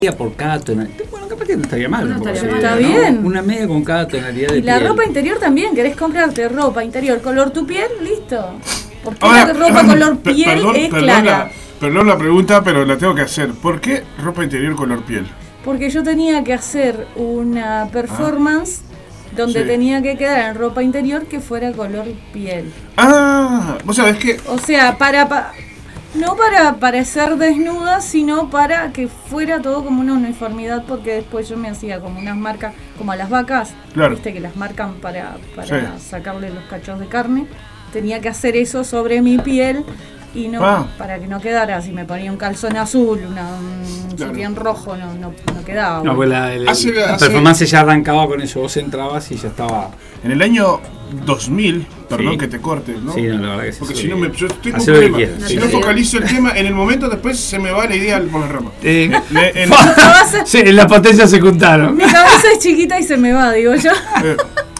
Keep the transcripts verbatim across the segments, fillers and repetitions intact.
por cada tonalidad. Bueno, capaz que no estaría mal. No estaría mal. Está bien. ¿No? Una media con cada tonalidad de Y la piel. ropa interior también, querés comprarte ropa interior color tu piel, listo. Porque Ahora, la ropa color per- piel perdón, es perdón clara. la, perdón la pregunta, pero la tengo que hacer. ¿Por qué ropa interior color piel? Porque yo tenía que hacer una performance donde Sí. tenía que quedar en ropa interior que fuera color piel. Ah, vos sabés que... O sea, para, pa- no para parecer desnuda, sino para que fuera todo como una uniformidad, porque después yo me hacía como unas marcas, como a las vacas, Claro. viste que las marcan para, para Sí. sacarle los cachos de carne. Tenía que hacer eso sobre mi piel y no Ah. para que no quedara. Si me ponía un calzón azul, una, un Claro. sutién rojo, no, no, no quedaba. No, pues la, la- Hace- la hace- performance ya arrancaba con eso. Vos entrabas y ya estaba. En el año dos mil, perdón Sí. que te corte, ¿no? Sí, no, la verdad que sí. Porque sí. si no me, yo estoy con Hacé un lo que problema. quieras, Si sí. no focalizo el tema, en el momento después se me va la idea por la rama. Eh, Le- en- cabeza- sí, las potencias se juntaron. Mi cabeza es chiquita y se me va, digo yo. eh,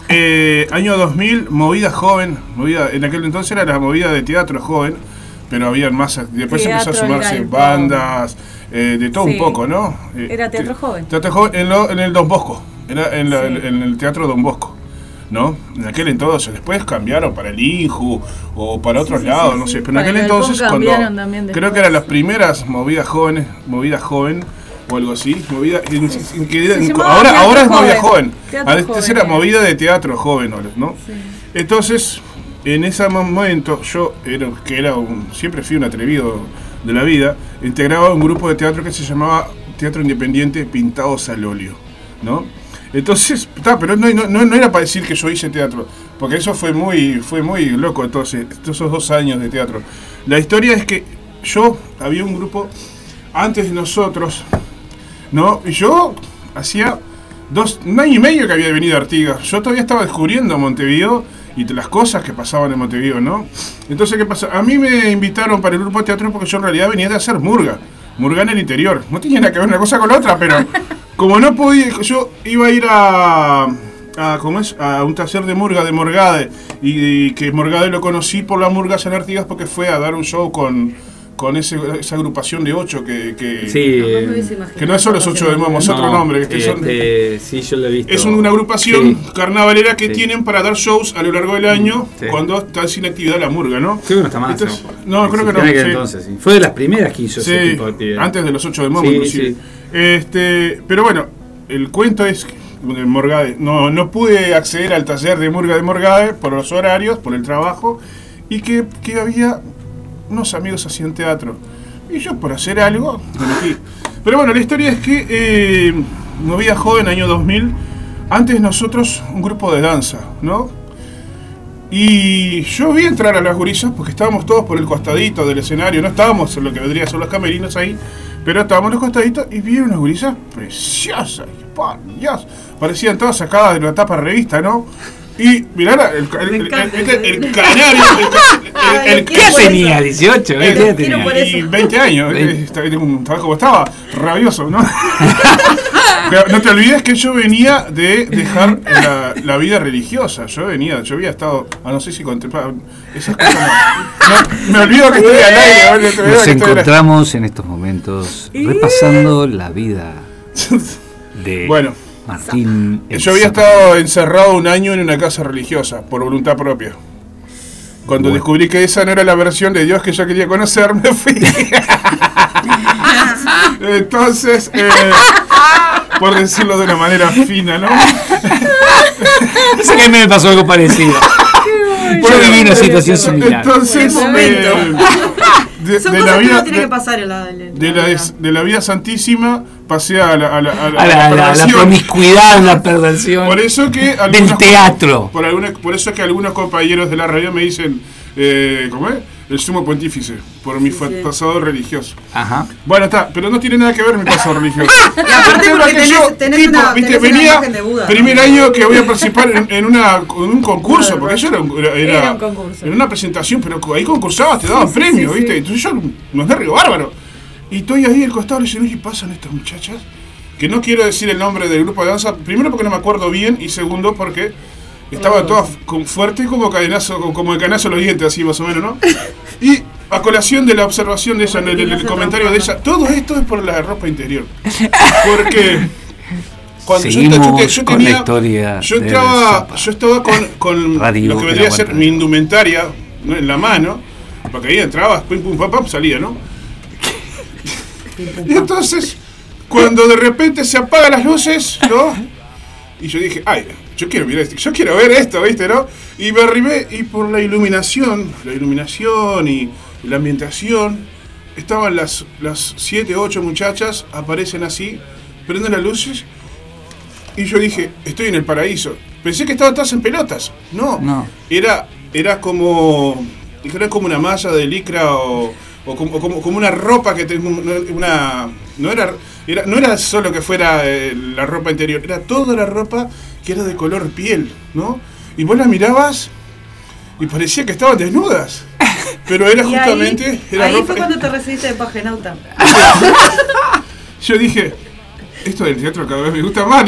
eh, año dos mil, movida joven, movida, en aquel entonces era la movida de teatro joven, pero había más, después Teatro, empezó a sumarse el galpón. bandas, eh, de todo Sí. un poco, ¿no? Eh, Era teatro te- joven. Teatro joven en, lo- en el Don Bosco, era en, la- Sí. en el teatro Don Bosco, ¿no? En aquel entonces, después cambiaron para el Inju o para otros sí, lados, sí, no sí. sé, pero en Para aquel el Galpón entonces cuando cambiaron también creo después. que eran las primeras movidas jóvenes, movida joven o algo así, movida en- en- que- Se en- llamaba ahora teatro ahora es movida joven. joven. Teatro Antes joven, era era. movida de teatro joven, ¿no? Sí. Entonces, en ese momento, yo, era, que era un, siempre fui un atrevido de la vida, integraba un grupo de teatro que se llamaba Teatro Independiente Pintados al Óleo, ¿no? Entonces, está, pero no, no, no, no era para decir que yo hice teatro, porque eso fue muy, fue muy loco entonces, esos dos años de teatro. La historia es que yo, había un grupo antes de nosotros, ¿no? Y yo hacía dos, un año y medio que había venido a Artigas. Yo todavía estaba descubriendo Montevideo y de las cosas que pasaban en Montevideo, ¿no? Entonces, ¿qué pasa? A mí me invitaron para el grupo de teatro porque yo en realidad venía de hacer murga. Murga en el interior. No tenía nada que ver una cosa con la otra, pero como no podía, yo iba a ir a... a ¿cómo es? A un taller de murga de Morgade. Y, y que Morgade lo conocí por la murgas en Artigas porque fue a dar un show con... con ese, esa agrupación de ocho que, que, Sí, eh, que no es solo los ocho de Momo, es otro no, nombre. Que son, este, sí, yo lo he visto. es una agrupación Sí. carnavalera que Sí. tienen para dar shows a lo largo del año Sí. cuando está sin actividad la murga, ¿no? Creo que no está más. Entonces, no, no, creo que no. En aquel sí. entonces, sí. Fue de las primeras que hizo Sí, ese tipo de actividad. antes de los ocho de Momo, Sí, inclusive. sí. Este, pero bueno, el cuento es que de Morgade, no, no pude acceder al taller de murga de Morgade por los horarios, por el trabajo, y que, que había unos amigos hacían teatro. Y yo por hacer algo me metí. Pero bueno, la historia es que eh, movida joven, año dos mil, antes nosotros un grupo de danza, ¿no? Y yo vi entrar a las gurisas porque estábamos todos por el costadito del escenario, no estábamos en lo que vendría a ser los camerinos ahí, pero estábamos en los costaditos y vi unas gurisas preciosas, y, por Dios, parecían todas sacadas de una tapa de revista, ¿no? Y mirá el, el, el, el, el, el canario, el, el, el, ¿Qué tenía? ¿dieciocho? ¿Qué edad tenía? por eso. y veinte años, eh, estaba estaba como estaba, rabioso, ¿no? Pero no te olvides que yo venía de dejar la, la vida religiosa. Yo venía, yo había estado, ah, no sé si contemplaba esas cosas. No, no, me olvido que estoy al aire. ¿Vale? Te olvido Nos que estoy al aire. encontramos en estos momentos repasando la vida de Bueno, Martín. el yo había Zapatero. estado encerrado un año en una casa religiosa, por voluntad propia. Cuando Bueno. descubrí que esa no era la versión de Dios que yo quería conocer, me fui. Entonces, eh, por decirlo de una manera fina, ¿no? Sé que a mí me pasó algo parecido. Yo viví una situación similar. Entonces, Buen momento. eh, de, Son de la cosas que vida, uno tiene de, que pasar en la, en la de la, vida. de la vida santísima pasé a la, a la, a la, A la, a la- a la perversión. promiscuidad, la perversión. Por eso que Del algunos- teatro. Por, alguna- por eso es que algunos compañeros de la radio me dicen, eh, ¿cómo es? El sumo pontífice, por mi Sí, fa- sí. pasado religioso. Ajá. Bueno, está, pero no tiene nada que ver mi pasado religioso. Y aparte El tema porque es que tenés- yo, tenés tipo, una- viste, tenés una venía imagen de Buda, primer ¿no? año que voy a participar en, en una, en un concurso, Claro, porque yo era, un- era, era- Era un concurso. en una presentación, pero ahí concursabas, te daban sí, premios, sí, ¿viste? sí. Entonces yo, nos da río bárbaro. Y estoy ahí al costado y le digo, ¿qué pasan estas muchachas? Que no quiero decir el nombre del grupo de danza, primero porque no me acuerdo bien, y segundo porque estaban todas con fuerte como cadenazo, como el canazo de los dientes, así más o menos, ¿no? Y a colación de la observación de ella, en el, el, el comentario de ella, todo esto es por la ropa interior. Porque cuando yo, yo, te, yo tenía, historia yo estaba, yo estaba con, con lo que vendría a ser mi indumentaria, ¿no?, en la mano, porque ahí entrabas, pum pum pam pam, salía, ¿no? Y entonces, cuando de repente se apagan las luces, ¿no? Y yo dije, ay, yo quiero mirar esto, yo quiero ver esto, ¿viste, no? Y me arrimé, y por la iluminación, la iluminación y la ambientación, estaban las las siete, ocho muchachas, aparecen así, prenden las luces, y yo dije, estoy en el paraíso. Pensé que estaban todas en pelotas. No, no. Era, era como, era como una malla de licra o, o, como, o como, como una ropa que tenía una, no era, era, no era solo que fuera eh, la ropa interior, era toda la ropa que era de color piel, ¿no? Y vos la mirabas y parecía que estaban desnudas. Pero era justamente... Ahí, era ahí ropa, fue cuando te recibiste de pagenauta. Yo dije, esto del teatro cada vez me gusta más.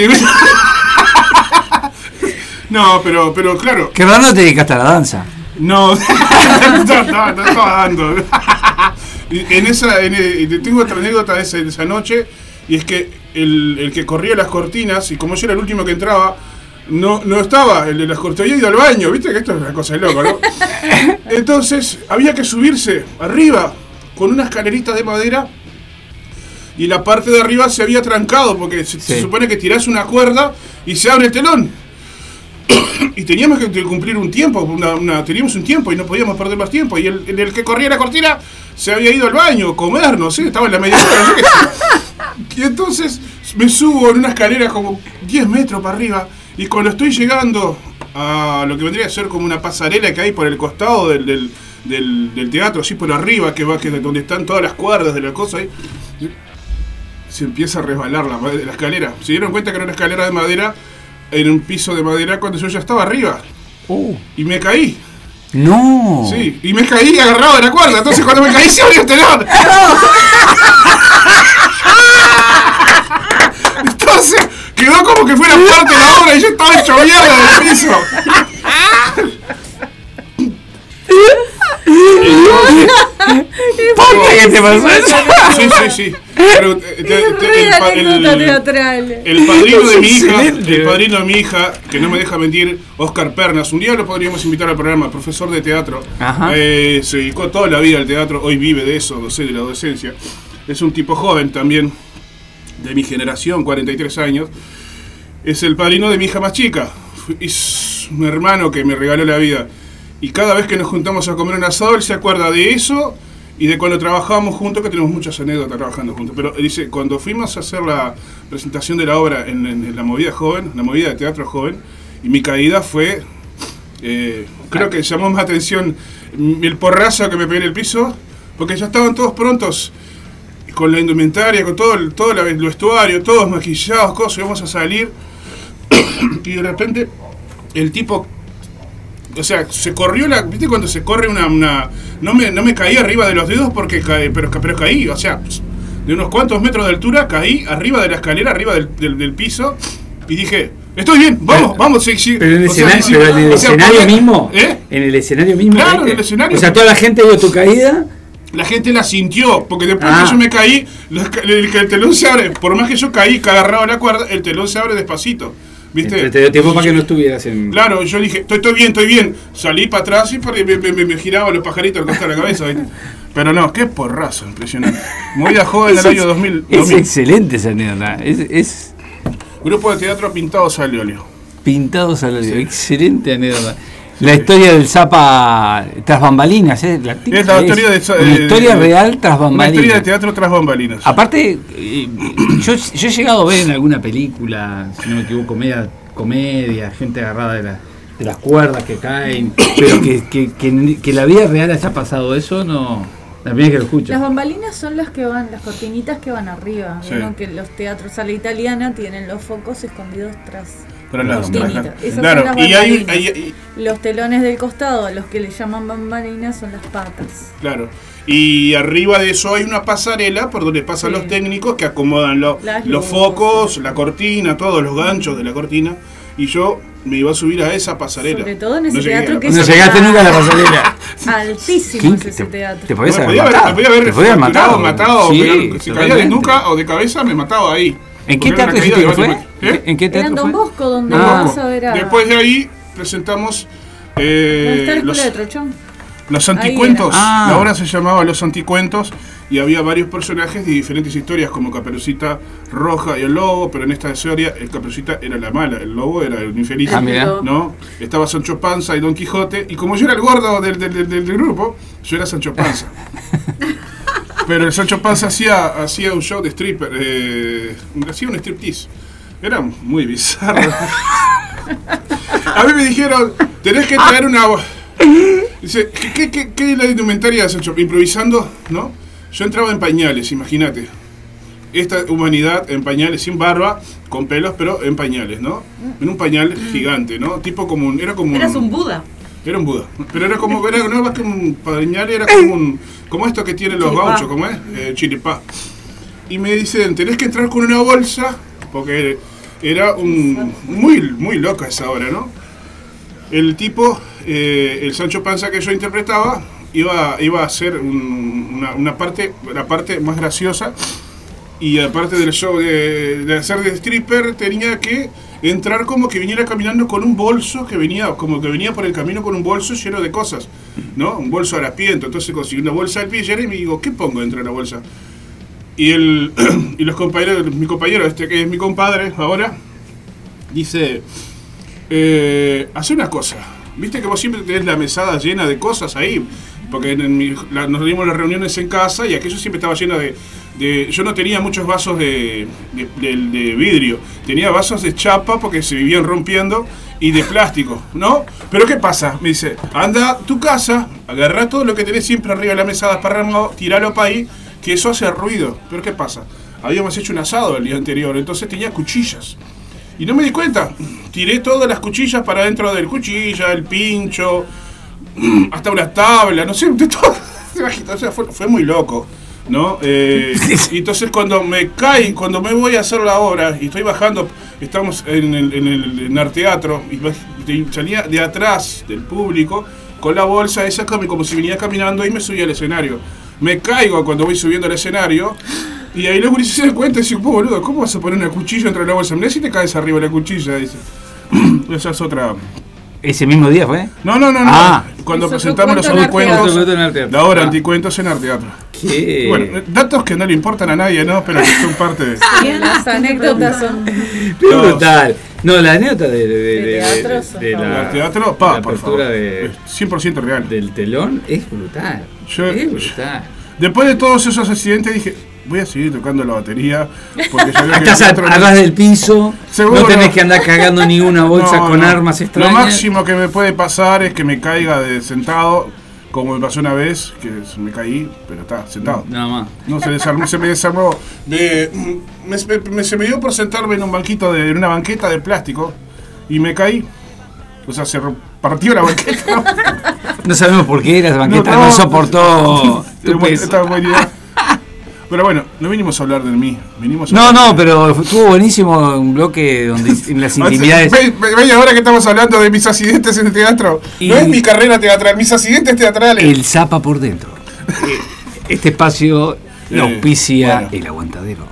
No, pero, pero claro. Qué raro te dedicaste a la danza. No, no, no, no estaba dando. En esa, en, tengo otra anécdota de esa, de esa noche, y es que el, el que corría las cortinas, y como yo era el último que entraba, no, no estaba, el de las cortinas, había ido al baño, viste que esto es una cosa de loco, ¿no? Entonces había que subirse arriba con una escalerita de madera, y la parte de arriba se había trancado, porque se, sí. se supone que tirás una cuerda y se abre el telón. Y teníamos que cumplir un tiempo, una, una, teníamos un tiempo y no podíamos perder más tiempo. Y el, el que corría la cortina se había ido al baño a comer, no sé, estaba en la media hora, no sé. Y entonces me subo en una escalera como diez metros para arriba, y cuando estoy llegando a lo que vendría a ser como una pasarela que hay por el costado del, del, del, del teatro, así por arriba, que va, que donde están todas las cuerdas de la cosa ahí, se empieza a resbalar la, la escalera. Se dieron cuenta que era una escalera de madera, en un piso de madera, cuando yo ya estaba arriba. Uh. Y me caí. No. Sí, y me caí agarrado de la cuerda. Entonces cuando me caí se abrió el telón. Entonces quedó como que fuera parte de la obra y yo estaba hecho mierda del piso. ¿Por qué te pasó eso? Sí, sí, sí. Pero, te, te, te, el, el, el padrino de mi hija, el padrino de mi hija, que no me deja mentir, Oscar Pernas, un día lo podríamos invitar al programa, profesor de teatro. Eh, se dedicó toda la vida al teatro, hoy vive de eso, no sé, de la docencia. Es un tipo joven también, de mi generación, cuarenta y tres años. Es el padrino de mi hija más chica. Es un hermano que me regaló la vida. Y cada vez que nos juntamos a comer un asado, él se acuerda de eso y de cuando trabajábamos juntos, que tenemos muchas anécdotas trabajando juntos. Pero dice, cuando fuimos a hacer la presentación de la obra en, en, en la movida joven, la movida de teatro joven, y mi caída fue, eh, creo que llamó más atención el porrazo que me pegué en el piso, porque ya estaban todos prontos, con la indumentaria, con todo el, todo el vestuario, todos maquillados, cosas, íbamos a salir, y de repente el tipo... O sea, se corrió la... ¿Viste cuando se corre una... una no, me, no me caí arriba de los dedos porque caí, pero, pero caí, o sea, de unos cuantos metros de altura caí arriba de la escalera, arriba del, del, del piso, y dije, estoy bien, vamos, pero, vamos. Sí, sí. Pero en el, o escenario, sea, pero en el o sea, escenario porque, mismo, ¿eh? En el escenario mismo. Claro, ¿eh? en el escenario. O sea, toda la gente vio tu caída. La gente la sintió, porque después ah. que yo me caí, el, el telón se abre, por más que yo caí, que agarrado la cuerda, el telón se abre despacito. ¿Viste? Te dio tiempo para que no estuvieras en... Claro, yo dije, estoy, estoy bien, estoy bien. Salí para atrás y me, me, me, me giraba los pajaritos al costado de la cabeza, ¿viste? Pero no, qué porrazo, impresionante. Movida joven del año dos mil. Es excelente esa anécdota. Es, es... Grupo de teatro Pintados al óleo. Pintados al óleo, sí. Excelente anécdota. La historia del Zapa tras bambalinas, ¿eh? La es la historia de, una historia de, real tras bambalinas. Una historia de teatro tras bambalinas. Aparte, eh, yo, yo he llegado a ver en alguna película, si no me equivoco, comedia, comedia gente agarrada de, la, de las cuerdas que caen, pero que, que, que, que la vida real haya pasado eso, no. La primera que lo escucho. Las bambalinas son las que van, las cortinitas que van arriba. Sí. Vieron que los teatros a la italiana tienen los focos escondidos tras. Pero las, las, claro, y hay, hay, hay, los telones del costado, los que le llaman bambalinas, son las patas. Claro. Y arriba de eso hay una pasarela por donde pasan sí. los técnicos que acomodan lo, los focos, la cortina, todos los ganchos de la cortina. y yo me iba a subir a esa pasarela. Sobre todo en ese No llegué teatro a la que No es llegaste nunca a la pasarela. altísimo es ¿Qué? ese Te, teatro. te podías Me haber podía haber, matado. me podía haber Te podías fracturado, matado. matado, Sí, pero si caía de totalmente. nuca o de cabeza me mataba ahí. ¿En qué Porque era teatro una dijiste caída que fue? de base- ¿Eh? ¿En qué Era en teatro Don fue? Bosco donde Ah. vas a ver a... Después de ahí presentamos eh, ¿Dónde está la los, escuela de Trochón? los Ahí anticuentos. era. Ah. La obra se llamaba Los Anticuentos y había varios personajes de diferentes historias, como Caperucita Roja y el Lobo, pero en esta historia el Caperucita era la mala, el Lobo era el infeliz. Ah, mira. ¿No? Estaba Sancho Panza y Don Quijote, y como yo era el gordo del, del, del, del grupo, yo era Sancho Panza. Pero el Sancho Panza hacía, hacía un show de stripper, eh, hacía un striptease. Era muy bizarro. A mí me dijeron, tenés que traer una... Dice, ¿qué, qué, qué, qué es la indumentaria de Sancho? Improvisando, ¿no? Yo entraba en pañales, imagínate. Esta humanidad en pañales, sin barba, con pelos, pero en pañales, ¿no? En un pañal gigante, ¿no? Tipo como un... Era como Eras un Buda. Era un Buda. Pero era como, era, no más que un pañal, era como un, como esto que tienen los Chiripá. gauchos, ¿cómo es? Eh, chiripá. Y me dicen, tenés que entrar con una bolsa, porque era un, muy, muy loca esa obra, ¿no? El tipo, eh, el Sancho Panza que yo interpretaba, iba, iba a ser un- una, una parte, la parte más graciosa, y aparte del show de, de hacer de stripper, tenía que entrar como que viniera caminando con un bolso que venía, como que venía por el camino con un bolso lleno de cosas, ¿no? Un bolso harapiento. Entonces conseguí una bolsa del pillero y me digo, ¿qué pongo dentro de la bolsa? Y el y los compañeros, mi compañero, este que es mi compadre ahora, dice, eh, hace una cosa, viste que vos siempre tenés la mesada llena de cosas ahí, porque en, en mi- la- nos dimos las reuniones en casa y aquello siempre estaba lleno de, de- yo no tenía muchos vasos de, de, de- de vidrio, tenía vasos de chapa porque se vivían rompiendo y de plástico, ¿no? Pero ¿qué pasa? Me dice, anda a tu casa, agarrá todo lo que tenés siempre arriba de la mesada esparramado, tiralo para ahí, que eso hace ruido. Pero ¿qué pasa? Habíamos hecho un asado el día anterior, entonces tenía cuchillas. Y no me di cuenta. Tiré todas las cuchillas para dentro del cuchilla, el pincho, hasta una tabla, no sé, de todo. O sea, fue, fue muy loco, ¿no? Eh, y entonces cuando me cae, cuando me voy a hacer la obra y estoy bajando, estamos en el, en el en Arteatro, y baj- y salía de atrás del público con la bolsa esa como como si venía caminando y me subía al escenario. Me caigo cuando voy subiendo al escenario. Y ahí los gurises se dan cuenta y dicen, "Oh, boludo, ¿cómo vas a poner una cuchilla entre la bolsa? Mirá si te caes arriba de la cuchilla", dice. Esa es otra. ¿Ese mismo día fue? No, no, no, no. Ah. Cuando Hizo presentamos los otro cuento en anticuentos, Otro cuento en Arteatro. la obra Ah. Anticuentos en Arteatro. ¿Qué? Bueno, datos que no le importan a nadie, ¿no? Pero que son parte de... Bien, las anécdotas son... Qué Todos. brutal. No, la anécdota de, de, de, De de- teatro, de- son de la, El teatro, pa, la por apertura favor. de- Es cien por ciento real. del telón es brutal. Yo- es brutal. Después de todos esos accidentes dije, voy a seguir tocando la batería, porque ya veo que el Estás a- teatro no- atrás del piso, Seguro. no tenés que andar cagando ni una bolsa No, con no. armas extrañas. Lo máximo que me puede pasar es que me caiga de sentado, como me pasó una vez, que me caí, pero está, sentado. Nada más. No, se desarmó, se me desarmó. Me, me- me- se me dio por sentarme en un banquito, de, en una banqueta de plástico, y me caí. O sea, se ro- partió la banqueta. ¿no? No sabemos por qué la banqueta No, no, no. soportó tu Estaba muy- peso. estaba muy bien. Pero bueno, no vinimos a hablar de mí. Vinimos a No, hablar no, de- pero estuvo buenísimo un bloque donde en las intimidades. Ve, ve- ve ahora que estamos hablando de mis accidentes en el teatro. Y- No es mi carrera teatral, mis accidentes teatrales. El zapa por dentro. Eh, Este espacio lo Eh, auspicia bueno. el aguantadero.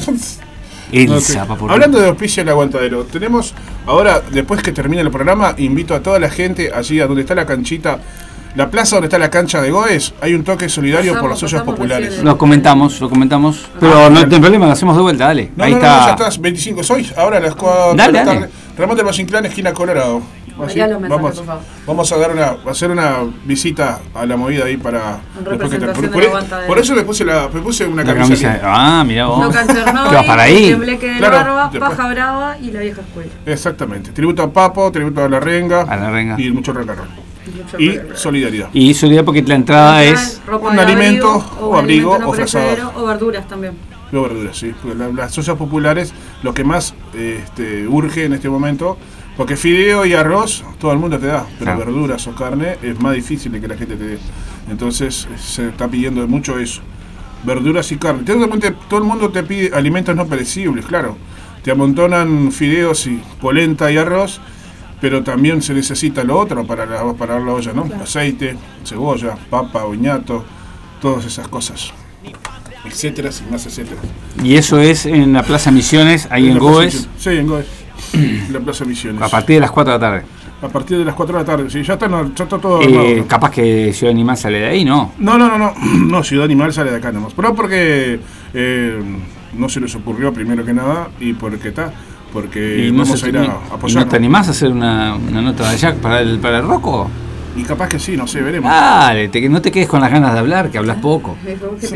El Ok. zapa por Hablando dentro. de auspicio el aguantadero, tenemos ahora, después que termine el programa, invito a toda la gente allí a donde está la canchita, la plaza donde está la cancha de Goes, hay un toque solidario por Pasamos, las ollas pasamos populares. recién. Lo comentamos, lo comentamos. Pero no hay problema, lo hacemos de vuelta, dale. No, Ahí no, no, está. no, ya estás, veinticinco sois, ahora a las cuatro Dale, de la dale. tarde. Ramón del Valle Inclán, esquina Colorado. Así, Mirá los mensajes, vamos, por favor. vamos a dar una, a hacer una visita a la movida ahí para En después que te- representación por, del por- aguantadero. por eso le puse la, me puse una La camisa. camisa. Ah, mirá vos. No Cancernoy, ¿Qué vas para ahí? el Tembleque de Claro, Barba, después. Paja Brava y la vieja escuela. Exactamente. Tributo a Papo, tributo a la Renga. A la Renga. Y mucho rock and roll. Mucho Y rock. solidaridad. Y solidaridad porque la entrada es. Ropa un de alimento o un abrigo alimento no o frazado. perecedero, o verduras también. Lo verduras, sí. Porque la- las ollas populares, lo que más este, urge en este momento, porque fideo y arroz todo el mundo te da, pero Claro. verduras o carne es más difícil de que la gente te dé. Entonces se está pidiendo mucho eso. Verduras y carne. Todo el mundo te, todo el mundo te pide alimentos no perecibles, claro. te amontonan fideos y polenta y arroz, pero también se necesita lo otro para la, para la olla, ¿no? Claro. Aceite, cebolla, papa, boñato, todas esas cosas, etcétera, sin más etcétera. Y eso es en la Plaza Misiones, ahí en, en Goes. Sí, en Goes, la Plaza Misiones. A partir de las cuatro de la tarde. A partir de las cuatro de la tarde, sí, ya está, no, ya está todo eh, armado. Capaz que Ciudad Animal sale de ahí, ¿no? No, no, no, no, no, Ciudad Animal sale de acá nomás. Pero porque eh, no se les ocurrió primero que nada y porque está, porque no vamos se, a ir a, a apoyar. ¿No te animás a hacer una, una nota de Jack para el, para el Rocco? Y capaz que sí, no sé, veremos. Dale, te, no te quedes con las ganas de hablar, que hablas poco. Sí.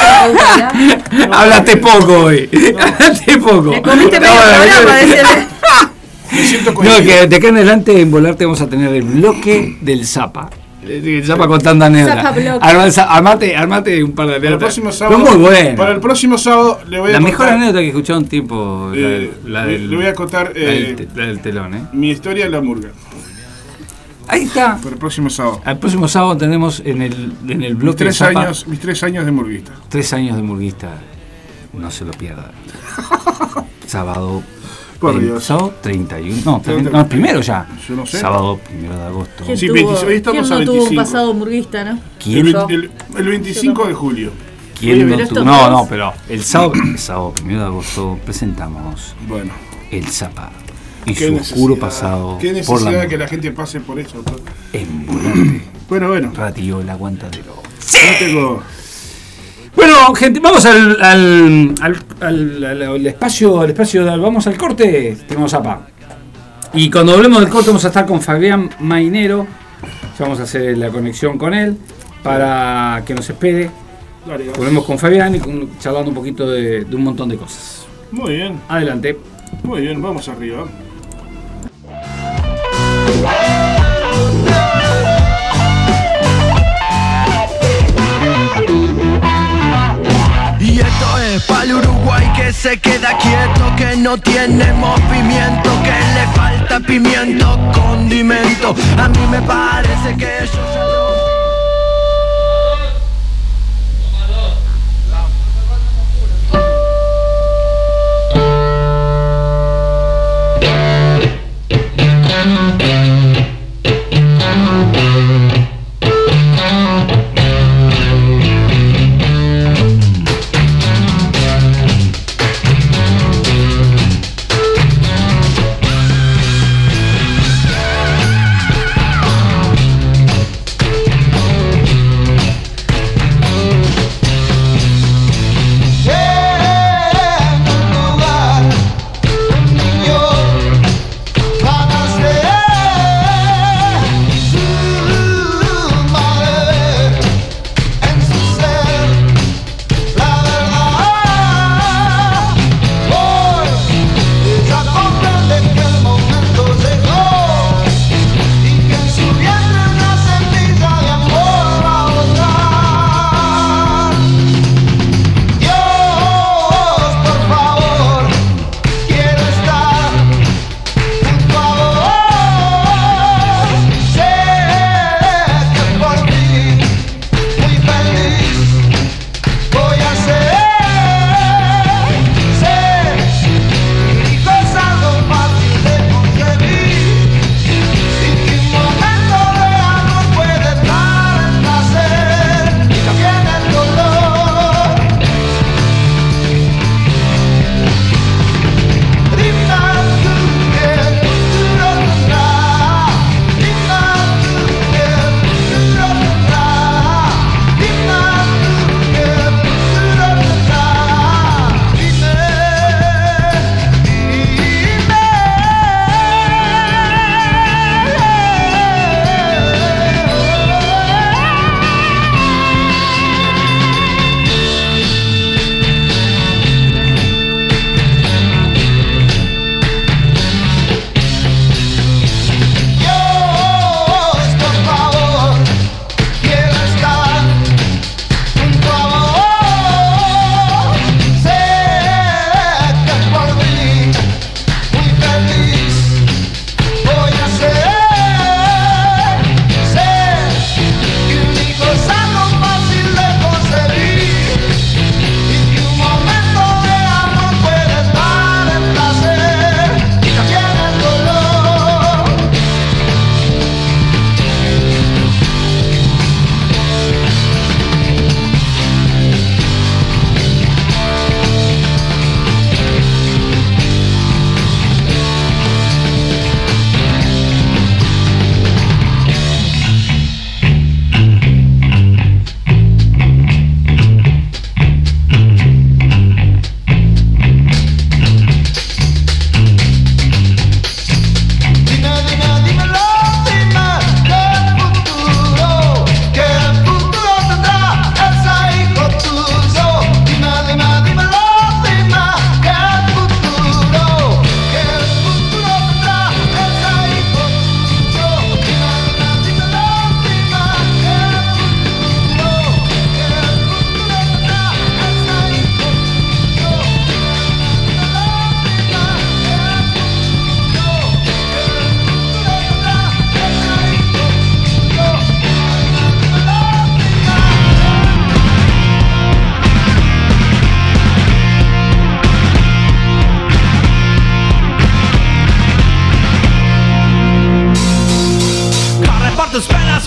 Hablaste poco hoy. Hablaste poco. Me comiste medio programa, decirle. Me siento No, cohibido. que de acá en adelante en Volarte vamos a tener el bloque del Zapa. El Zapa contando anécdotas. Zapa bloque. Arma- Armate, armate un par de Para el anécdotas. próximo sábado, Pero muy bueno. Para el próximo sábado le voy a La contar, mejor anécdota que he escuchado en tiempo, la, eh, la le- del, le voy a contar la del eh, te- la del telón, ¿eh? mi historia de la murga. Ahí está. Para el próximo sábado. Al próximo sábado tenemos en el, en el Mis bloque tres, Zapa años, mis tres años de murguista. tres años de murguista. No se lo pierdan. Sábado. Por el Dios. Sábado treinta y uno. No, treinta. no, primero ya. Yo no sé. Sábado primero de agosto. ¿Quién, Sí, tuvo, veintiséis, hoy estamos quién a no tuvo un veinticinco. pasado murguista, no? El, ¿Quién, Yo. el- el veinticinco de julio. quién Oye, no pero tuvo- estos No, dos- no, pero el sábado, el sábado primero de agosto presentamos Bueno. el Zapa y Qué su necesidad- oscuro pasado Qué por necesidad la de que la gente pase por eso. en Volante. Bueno, bueno. Radio El Aguantadero. No tengo. Bueno, gente, vamos al, al, al, al- al- al espacio, al espacio, de- vamos al corte, tenemos Zapa. Y cuando volvemos del corte vamos a estar con Fabián Mainero, ya vamos a hacer la conexión con él para que nos espere. Dale, dale. Volvemos con Fabián y con- charlando un poquito de, de un montón de cosas. Muy bien, Adelante. muy bien, vamos arriba. Y esto es pa'l Uruguay que se queda quieto, que no tiene movimiento, que le falta pimiento, condimento. A mí me parece que ellos ya lo...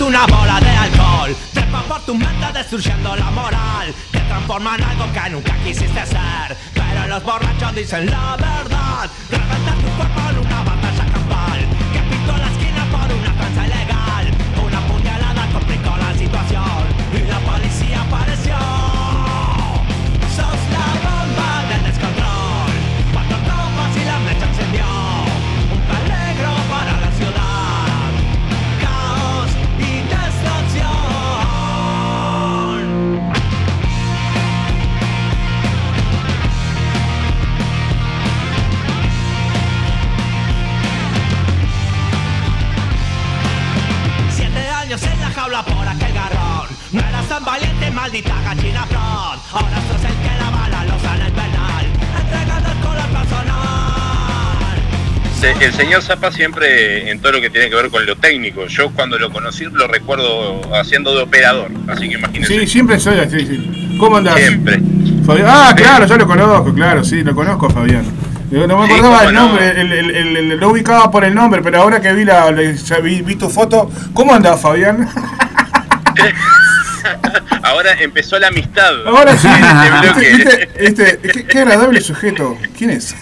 una bola de alcohol. Trepa por tu mente destruyendo la moral. Te transforma en algo que nunca quisiste ser. Pero los borrachos dicen la verdad. Reventa tu cuerpo en una batalla campal. Que pintó la esquina por una tranza ilegal. Una puñalada complicó la situación y la policía apareció. Sos la bomba del descontrol. Cuatro tropas y la mecha encendió. Un peligro para la ciudad. Caos y destrucción. Siete años en la jaula por aquel garrón. No eras tan valiente, maldita gallina front. Ahora sos el que la bala los en el penal. Entregando el color personal. El señor Zappa siempre en todo lo que tiene que ver con lo técnico. Yo cuando lo conocí lo recuerdo haciendo de operador, así que imagínense. Sí, siempre soy así, sí. ¿Cómo andás? Siempre. Fabián. Ah, claro, yo lo conozco, claro, sí, lo conozco, Fabián. Yo no me Sí, acordaba cómo del no. nombre, el, el, el, el- lo ubicaba por el nombre, pero ahora que vi la, la- ya vi, vi tu foto, ¿cómo andás, Fabián? Ahora empezó la amistad. Ahora sí, Este bloque. este, este, este, qué, qué agradable sujeto. ¿Quién es?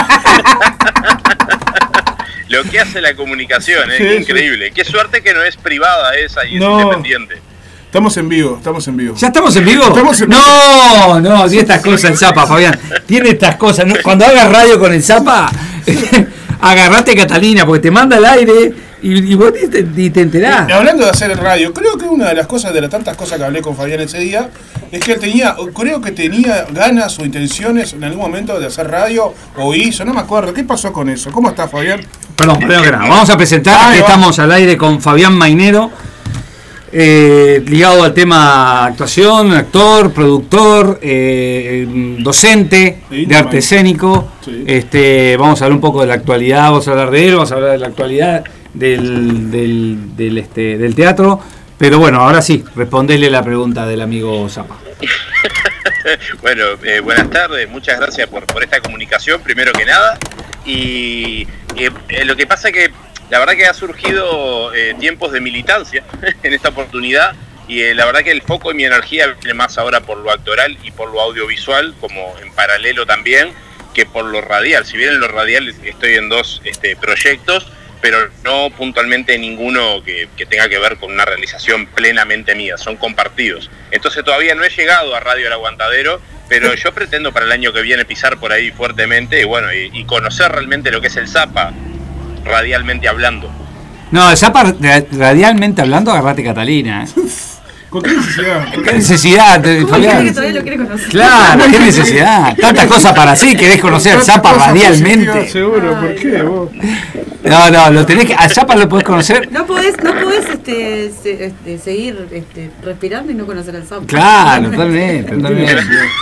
Lo que hace la comunicación, es Sí, increíble. Qué suerte que no es privada esa y No. es independiente. Estamos en vivo, estamos en vivo. ¿Ya estamos en vivo? Estamos en No, no, tiene estas cosas el Zapa, Fabián. Tiene estas cosas. No, cuando hagas radio con el Zapa, agarrate Catalina, porque te manda al aire y, y vos ni te, ni te enterás. Y hablando de hacer radio, creo que una de las cosas, de las tantas cosas que hablé con Fabián ese día, es que él tenía, creo que tenía ganas o intenciones en algún momento de hacer radio, o hizo, no me acuerdo. ¿Qué pasó con eso? ¿Cómo está, Fabián? Perdón, primero que nada, vamos a presentar Ahí que va. estamos al aire con Fabián Mainero, eh, ligado al tema actuación, actor, productor, eh, docente Sí, de arte escénico. Sí. Este, vamos a hablar un poco de la actualidad, vamos a hablar de él, vamos a hablar de la actualidad del, del, del, este, del teatro. Pero bueno, ahora sí, respondele la pregunta del amigo Zapa. Bueno, eh, buenas tardes, muchas gracias por, por esta comunicación, primero que nada. Y eh, eh, lo que pasa es que la verdad que ha surgido eh, tiempos de militancia en esta oportunidad y eh, la verdad que el foco y mi energía viene más ahora por lo actoral y por lo audiovisual, como en paralelo también, que por lo radial. Si bien en lo radial estoy en dos este, proyectos, pero no puntualmente ninguno que, que tenga que ver con una realización plenamente mía, son compartidos. Entonces todavía no he llegado a Radio El Aguantadero, pero yo pretendo para el año que viene pisar por ahí fuertemente y bueno, y, y conocer realmente lo que es el Zapa, radialmente hablando. No, el Zapa, ra- radialmente hablando, agarrate Catalina. ¿eh? ¿Con qué necesidad? ¿Qué necesidad, te- ¿Cómo crees que Fabián? todavía lo quiere conocer? Claro, qué necesidad. Tantas cosas para sí, querés conocer al Zapa Cosas radialmente. positivas, seguro, ¿por qué vos? No, no, lo tenés que, al Zapa lo podés conocer. No podés, no podés este, se- este, seguir este, respirando y no conocer al Zapa. Claro, totalmente, totalmente.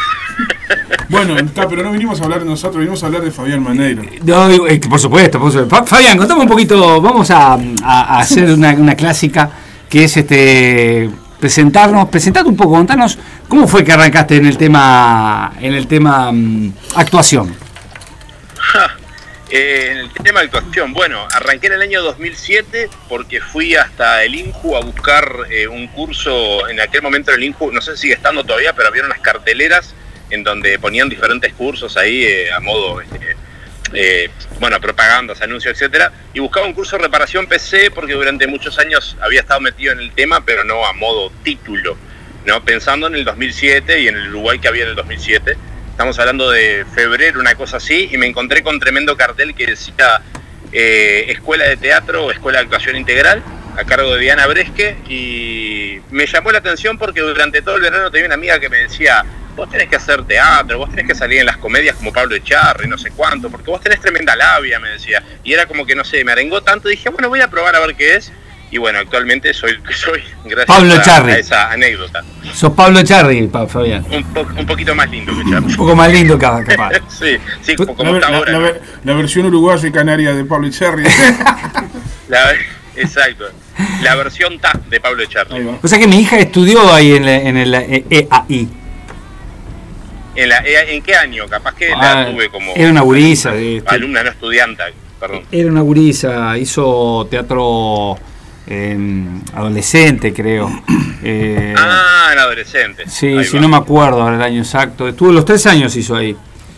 Bueno, está, pero no vinimos a hablar de nosotros, vinimos a hablar de Fabián Mainero. No, digo, eh, por supuesto, por supuesto. Fa- Fabián, contame un poquito, vamos a, a- a hacer una, una clásica que es este presentarnos, presentarte un poco, contanos cómo fue que arrancaste en el tema, en el tema mm, actuación. Ja, eh, en el tema de actuación, bueno, arranqué en el año dos mil siete porque fui hasta el INJU a buscar eh, un curso. En aquel momento el INJU, no sé si sigue estando todavía, pero había unas carteleras en donde ponían diferentes cursos ahí eh, a modo, este, eh, bueno, propagandas, anuncios, etcétera, y buscaba un curso de reparación P C porque durante muchos años había estado metido en el tema, pero no a modo título, ¿no? Pensando en el dos mil siete y en el Uruguay que había en el dos mil siete. Estamos hablando de febrero, una cosa así, y me encontré con tremendo cartel que decía eh, Escuela de Teatro o Escuela de Actuación Integral, a cargo de Diana Bresque, y me llamó la atención porque durante todo el verano tenía una amiga que me decía: vos tenés que hacer teatro, vos tenés que salir en las comedias como Pablo Echarri, no sé cuánto, porque vos tenés tremenda labia, me decía. Y era como que, no sé, me arengó tanto, dije, bueno, voy a probar a ver qué es. Y bueno, actualmente soy lo que soy, gracias Pablo a, Echarri. a esa anécdota. Sos Pablo Echarri, Pa- Fabián. Un, po- un poquito más lindo que Echarri. Un poco más lindo ca- capaz. Sí, sí, La como La, está la- ahora. la- ¿no? la versión uruguaya y canaria de Pablo Echarri. La- exacto. La versión T A de Pablo Ahí Echarri. va. O sea que mi hija estudió ahí en, la- en el eh, E A I. ¿En, la, ¿En qué año? Capaz que Ah, la tuve como era una gurisa. este, alumna, no estudiante, perdón. Era una gurisa, hizo teatro eh, adolescente, creo. Eh, ah, en adolescente. Sí, Ahí sí, va. no me acuerdo ahora el año exacto. Estuvo los tres años hizo ahí,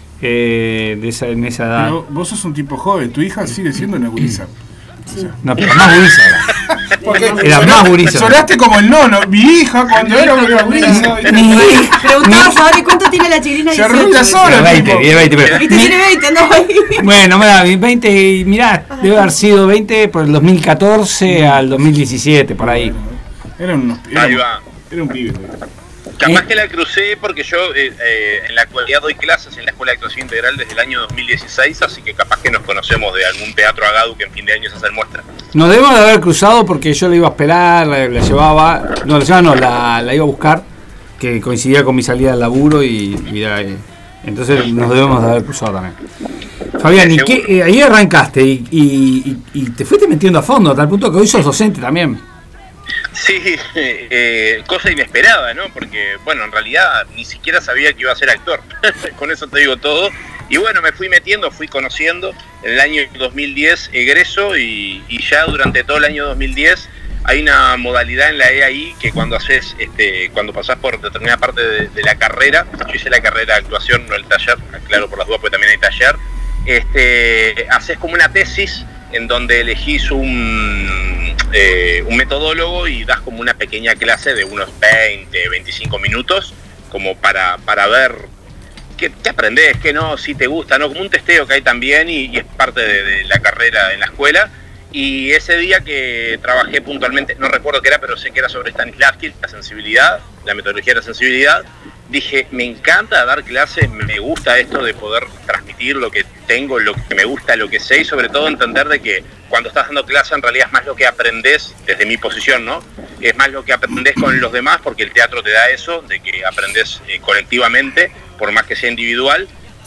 eh, de esa, en esa edad. Pero vos sos un tipo joven, tu hija sigue siendo una gurisa. Sí. No, pero más gurisa era. Porque Era sonaste- más gurisa. Sonaste como el nono, mi hija cuando era una gurisa. Ni- Preguntabas ahora ¿y cuánto tiene la chiquilina? Se arruina sola. Era el veinte, tipo. era veinte, pero- Viste, tiene veinte, andaba ahí. Bueno, mira, veinte, y mirá, debe haber sido veinte por el dos mil catorce al dos mil diecisiete, por ahí. Era, unos, era, Ahí va. era un pibe. Capaz Eh. que la crucé porque yo eh, eh, en la actualidad doy clases en la Escuela de Actuación Integral desde el año dos mil dieciséis, así que capaz que nos conocemos de algún teatro agado que en fin de año se hace muestra. Nos debemos de haber cruzado porque yo la iba a esperar, la, la llevaba, no, la llevaba no, la, la iba a buscar, que coincidía con mi salida al laburo y, y era, eh, entonces nos debemos de haber cruzado también. Fabián, ¿y qué, eh, ahí arrancaste y, y, y, y te fuiste metiendo a fondo, a tal punto que hoy sos docente también. Sí, eh, cosa inesperada, ¿no? Porque, bueno, en realidad ni siquiera sabía que iba a ser actor. Con eso te digo todo. Y bueno, me fui metiendo, fui conociendo. En el año dos mil diez egreso y, y ya durante todo el año dos mil diez hay una modalidad en la E A I que cuando haces, este, cuando pasás por determinada parte de, de la carrera, yo hice la carrera de actuación, no el taller, aclaro por las dudas porque también hay taller, este, haces como una tesis en donde elegís un, eh, un metodólogo y das como una pequeña clase de unos veinte, veinticinco minutos, como para, para ver qué, qué aprendés, qué no, si te gusta, ¿no? Como un testeo que hay también y, y es parte de, de la carrera en la escuela. Y ese día que trabajé puntualmente, no recuerdo qué era, pero sé que era sobre Stanislavski, la sensibilidad, la metodología de la sensibilidad, dije, me encanta dar clases, me gusta esto de poder transmitir lo que tengo, lo que me gusta, lo que sé, y sobre todo entender de que cuando estás dando clase en realidad es más lo que aprendés, desde mi posición, ¿no? Es más lo que aprendés con los demás, porque el teatro te da eso, de que aprendés eh, colectivamente, por más que sea individual.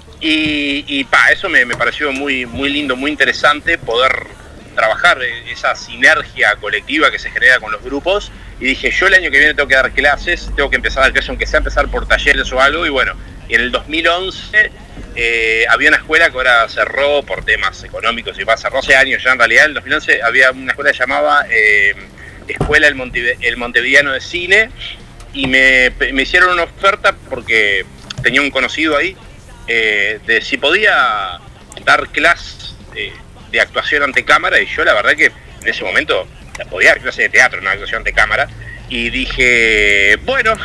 Y, y pa, eso me, me pareció muy, muy lindo, muy interesante poder trabajar esa sinergia colectiva que se genera con los grupos, y dije, yo el año que viene tengo que dar clases, tengo que empezar a dar clases, aunque sea empezar por talleres o algo, y bueno, y en el dos mil once eh, había una escuela que ahora cerró por temas económicos, y va, cerró hace años ya en realidad. En el dos mil once había una escuela que se llamaba eh, Escuela el, Monte, el Montevideano de Cine, y me, me hicieron una oferta porque tenía un conocido ahí, eh, de si podía dar clases eh, de actuación ante cámara, y yo la verdad que en ese momento podía dar clase de teatro, no actuación ante cámara, y dije, bueno,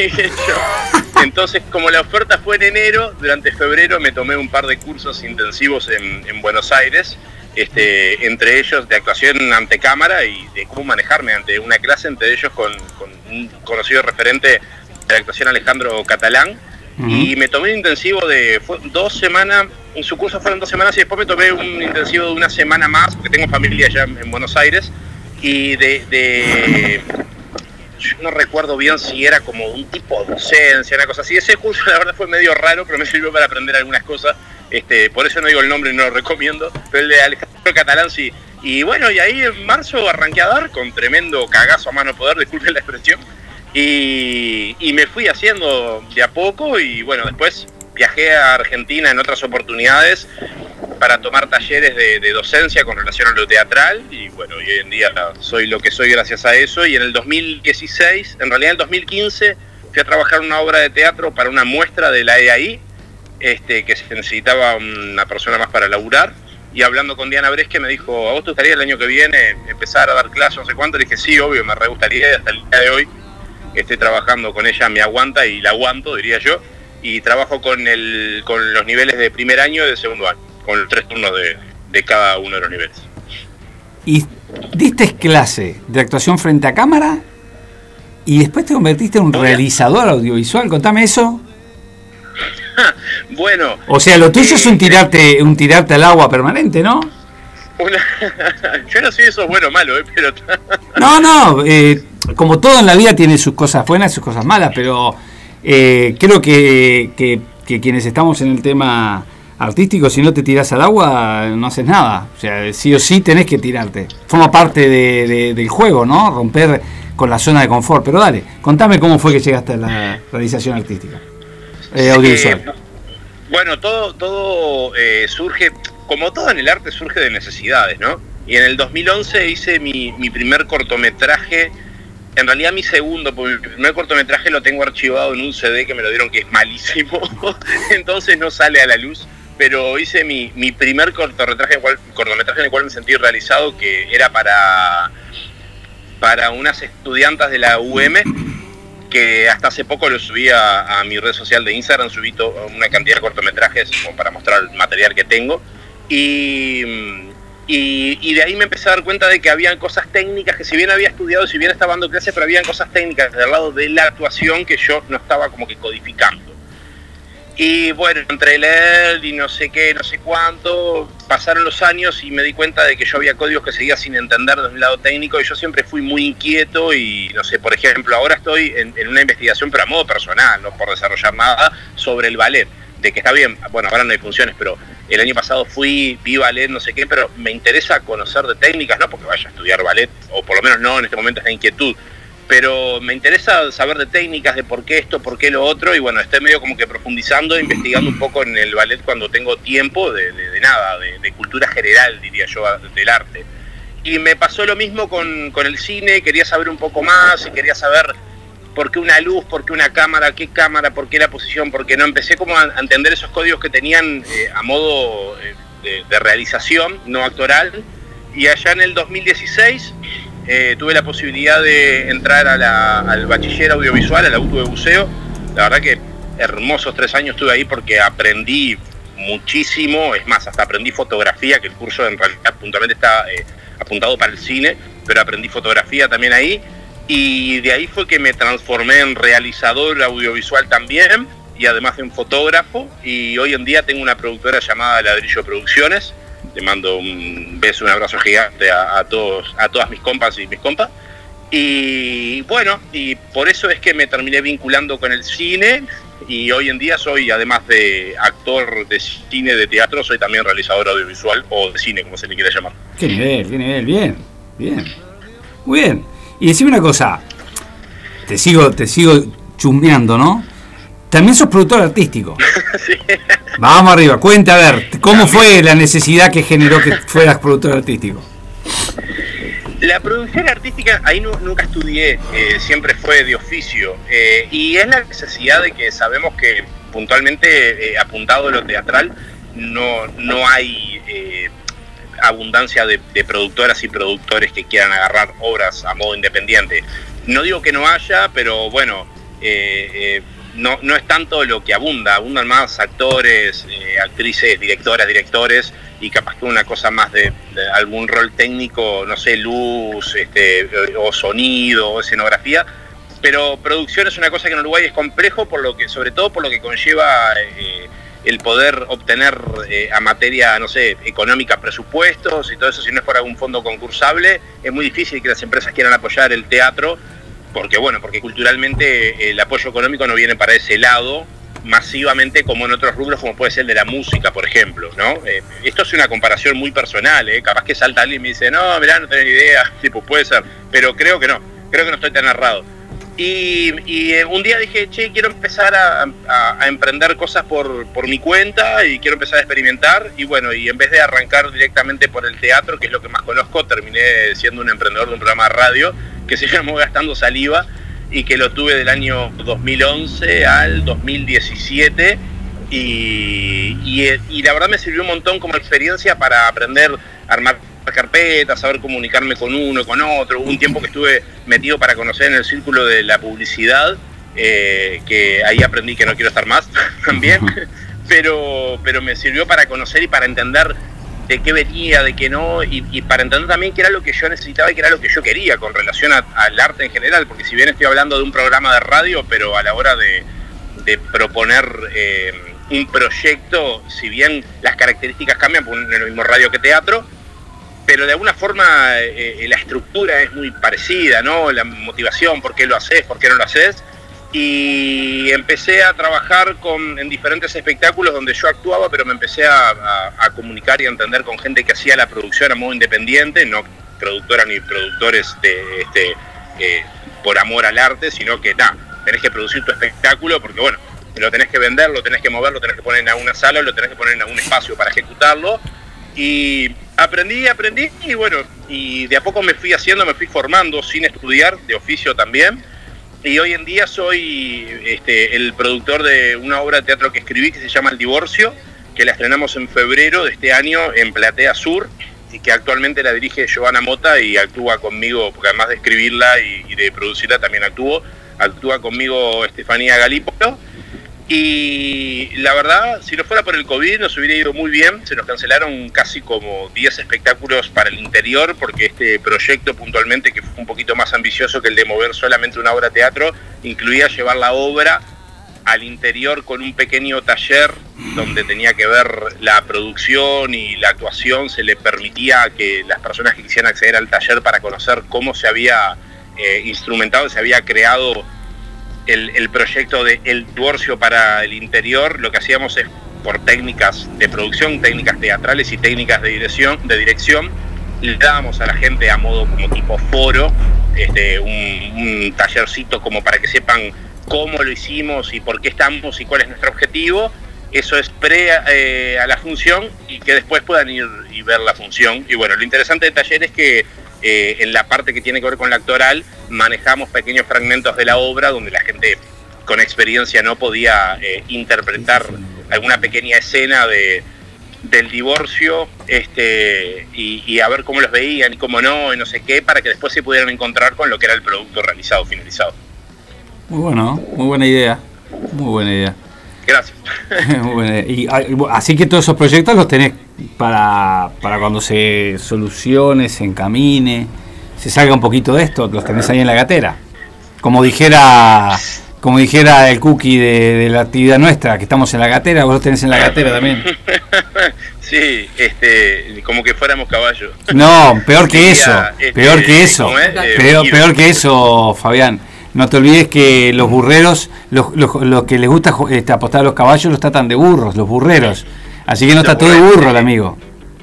entonces como la oferta fue en enero, durante febrero me tomé un par de cursos intensivos en, en Buenos Aires, este, entre ellos de actuación ante cámara y de cómo manejarme ante una clase, entre ellos con, con un conocido referente de la actuación, Alejandro Catalán. Uh-huh. Y me tomé un intensivo de fue dos semanas, en su curso fueron dos semanas, y después me tomé un intensivo de una semana más, porque tengo familia allá en Buenos Aires, y de, de yo no recuerdo bien si era como un tipo de docencia, una cosa así. Ese curso la verdad fue medio raro, pero me sirvió para aprender algunas cosas, este, por eso no digo el nombre y no lo recomiendo, pero el de Alejandro Catalán sí. Y bueno, y ahí en marzo arranqué a dar con tremendo cagazo a mano poder, disculpen la expresión. Y, y me fui haciendo de a poco, y bueno, después viajé a Argentina en otras oportunidades para tomar talleres de, de docencia con relación a lo teatral, y bueno, y hoy en día soy lo que soy gracias a eso. Y en el dos mil dieciséis, en realidad en el dos mil quince, fui a trabajar una obra de teatro para una muestra de la E A I, este, que se necesitaba una persona más para laburar, y hablando con Diana Bresque me dijo, ¿a vos te gustaría el año que viene empezar a dar clases, no sé cuánto? Le dije, sí, obvio, me re gustaría, y hasta el día de hoy estoy trabajando con ella, me aguanta y la aguanto, diría yo, y trabajo con el con los niveles de primer año y de segundo año, con los tres turnos de, de cada uno de los niveles. ¿Y diste clase de actuación frente a cámara y después te convertiste en un realizador audiovisual? Contame eso. Bueno, o sea, lo tuyo eh, es un tirarte un tirarte al agua permanente, ¿no? Una... yo no sé si eso es bueno o malo, ¿eh? Pero... no, no, eh, como todo en la vida tiene sus cosas buenas y sus cosas malas, pero eh, creo que, que, que quienes estamos en el tema artístico, si no te tirás al agua, no haces nada. O sea, sí o sí tenés que tirarte. Forma parte de, de, del juego, ¿no? Romper con la zona de confort. Pero dale, contame cómo fue que llegaste a la realización artística, eh, audiovisual. Eh, bueno, todo, todo eh, surge... Como todo en el arte surge de necesidades, ¿no? Y en el dos mil once hice mi, mi primer cortometraje, en realidad mi segundo, porque mi primer cortometraje lo tengo archivado en un C D que me lo dieron que es malísimo, entonces no sale a la luz, pero hice mi, mi primer cortometraje en, cual, cortometraje en el cual me sentí realizado, que era para, para unas estudiantas de la U M, que hasta hace poco lo subí a, a mi red social de Instagram, subí to, una cantidad de cortometrajes como para mostrar el material que tengo, y, y, y de ahí me empecé a dar cuenta de que habían cosas técnicas que si bien había estudiado, si bien estaba dando clases, pero habían cosas técnicas del lado de la actuación que yo no estaba como que codificando. Y bueno, entre leer y no sé qué, no sé cuánto, pasaron los años y me di cuenta de que yo había códigos que seguía sin entender desde un lado técnico, y yo siempre fui muy inquieto y no sé, por ejemplo, ahora estoy en, en una investigación, pero a modo personal, no por desarrollar nada, sobre el ballet, de que está bien, bueno, ahora no hay funciones, pero el año pasado fui, vi ballet, no sé qué, pero me interesa conocer de técnicas, no porque vaya a estudiar ballet, o por lo menos no en este momento es la inquietud, pero me interesa saber de técnicas, de por qué esto, por qué lo otro, y bueno, estoy medio como que profundizando, investigando un poco en el ballet cuando tengo tiempo, de, de, de nada, de, de cultura general, diría yo, del arte. Y me pasó lo mismo con, con el cine, quería saber un poco más, y quería saber por qué una luz, por qué una cámara, qué cámara, por qué la posición, por qué no. Empecé como a, a entender esos códigos que tenían eh, a modo eh, de, de realización, no actoral, y allá en el dos mil dieciséis... Eh, tuve la posibilidad de entrar a la, al bachiller audiovisual, a la U T U de buceo. La verdad que hermosos tres años estuve ahí porque aprendí muchísimo, es más, hasta aprendí fotografía, que el curso en realidad puntualmente está eh, apuntado para el cine, pero aprendí fotografía también ahí, y de ahí fue que me transformé en realizador audiovisual también, y además en fotógrafo, y hoy en día tengo una productora llamada Ladrillo Producciones. Le mando un beso, un abrazo gigante a, a todos, a todas mis compas y mis compas. Y bueno, y por eso es que me terminé vinculando con el cine, y hoy en día soy, además de actor de cine, de teatro, soy también realizador audiovisual, o de cine, como se le quiera llamar. Qué nivel, qué nivel, bien, bien. Muy bien. Y decime una cosa, te sigo, te sigo chumbeando, ¿no? También sos productor artístico. Sí. Vamos arriba, cuenta a ver, ¿cómo fue la necesidad que generó que fueras productor artístico? La producción artística, ahí no, nunca estudié, eh, siempre fue de oficio, eh, y es la necesidad de que sabemos que puntualmente, eh, apuntado a lo teatral, no, no hay eh, abundancia de, de productoras y productores que quieran agarrar obras a modo independiente. No digo que no haya, pero bueno, eh, eh, No, no es tanto lo que abunda, abundan más actores, eh, actrices, directoras, directores, y capaz que una cosa más de, de algún rol técnico, no sé, luz, este, o sonido, o escenografía, pero producción es una cosa que en Uruguay es complejo, por lo que, sobre todo por lo que conlleva eh, el poder obtener eh, a materia, no sé, económica, presupuestos y todo eso. Si no es por algún fondo concursable, es muy difícil que las empresas quieran apoyar el teatro, porque bueno, porque culturalmente el apoyo económico no viene para ese lado masivamente como en otros rubros, como puede ser el de la música, por ejemplo, ¿no? Eh, esto es una comparación muy personal, ¿eh? Capaz que salta alguien y me dice, no, mirá, no tenés ni idea, tipo, puede ser, pero creo que no, creo que no estoy tan errado. Y, y eh, un día dije, che, quiero empezar a, a, a emprender cosas por, por mi cuenta, y quiero empezar a experimentar, y bueno, y en vez de arrancar directamente por el teatro, que es lo que más conozco, terminé siendo un emprendedor de un programa de radio que se llamó Gastando Saliva, y que lo tuve del año dos mil once al dos mil diecisiete, y, y, y la verdad me sirvió un montón como experiencia para aprender a armar carpetas, saber comunicarme con uno, con otro. Hubo un tiempo que estuve metido para conocer en el círculo de la publicidad, eh, que ahí aprendí que no quiero estar más también, pero, pero me sirvió para conocer y para entender de qué venía, de qué no, y, y para entender también qué era lo que yo necesitaba y qué era lo que yo quería con relación a, al arte en general, porque si bien estoy hablando de un programa de radio, pero a la hora de, de proponer eh, un proyecto, si bien las características cambian, porque no es lo mismo radio que teatro, pero de alguna forma eh, la estructura es muy parecida, ¿no? La motivación, por qué lo haces, por qué no lo haces. Y empecé a trabajar con, en diferentes espectáculos donde yo actuaba, pero me empecé a, a, a comunicar y a entender con gente que hacía la producción a modo independiente, no productoras ni productores de, este, eh, por amor al arte, sino que nah, tenés que producir tu espectáculo porque bueno, lo tenés que vender, lo tenés que mover, lo tenés que poner en una sala, lo tenés que poner en algún espacio para ejecutarlo. Y, Aprendí, aprendí y bueno, y de a poco me fui haciendo, me fui formando sin estudiar, de oficio también. Y hoy en día soy este, el productor de una obra de teatro que escribí que se llama El Divorcio, que la estrenamos en febrero de este año en Platea Sur y que actualmente la dirige Giovanna Mota y actúa conmigo, porque además de escribirla y, y de producirla también actuó, actúa conmigo Estefanía Galípolo. Y la verdad, si no fuera por el COVID nos hubiera ido muy bien. Se nos cancelaron casi como diez espectáculos para el interior porque este proyecto puntualmente, que fue un poquito más ambicioso que el de mover solamente una obra de teatro, incluía llevar la obra al interior con un pequeño taller donde tenía que ver la producción y la actuación. Se le permitía que las personas que quisieran acceder al taller para conocer cómo se había eh, instrumentado, se había creado El, el proyecto de El Divorcio para el interior. Lo que hacíamos es, por técnicas de producción, técnicas teatrales y técnicas de dirección, de dirección le dábamos a la gente a modo como tipo foro, este, un, un tallercito como para que sepan cómo lo hicimos y por qué estamos y cuál es nuestro objetivo. Eso es pre eh, a la función y que después puedan ir y ver la función. Y bueno, lo interesante del taller es que Eh, en la parte que tiene que ver con la actoral, manejamos pequeños fragmentos de la obra donde la gente con experiencia no podía eh, interpretar alguna pequeña escena de, del divorcio este, y, y a ver cómo los veían y cómo no, y no sé qué, para que después se pudieran encontrar con lo que era el producto realizado, finalizado. Muy bueno, muy buena idea, muy buena idea. Gracias. Muy buena idea. Y, así que todos esos proyectos los tenés para, para cuando se solucione, se encamine, se salga un poquito de esto, los tenés ahí en la gatera. Como dijera, como dijera el Cookie de, de la actividad nuestra, que estamos en la gatera, vos los tenés en la gatera también. Sí, este, como que fuéramos caballos. No, peor que eso, este, peor que eso, peor, peor que eso, Fabián. No te olvides que los burreros, los, los, los que les gusta este, apostar a los caballos, los tratan de burros, los burreros. Así que no está todo de burro el amigo.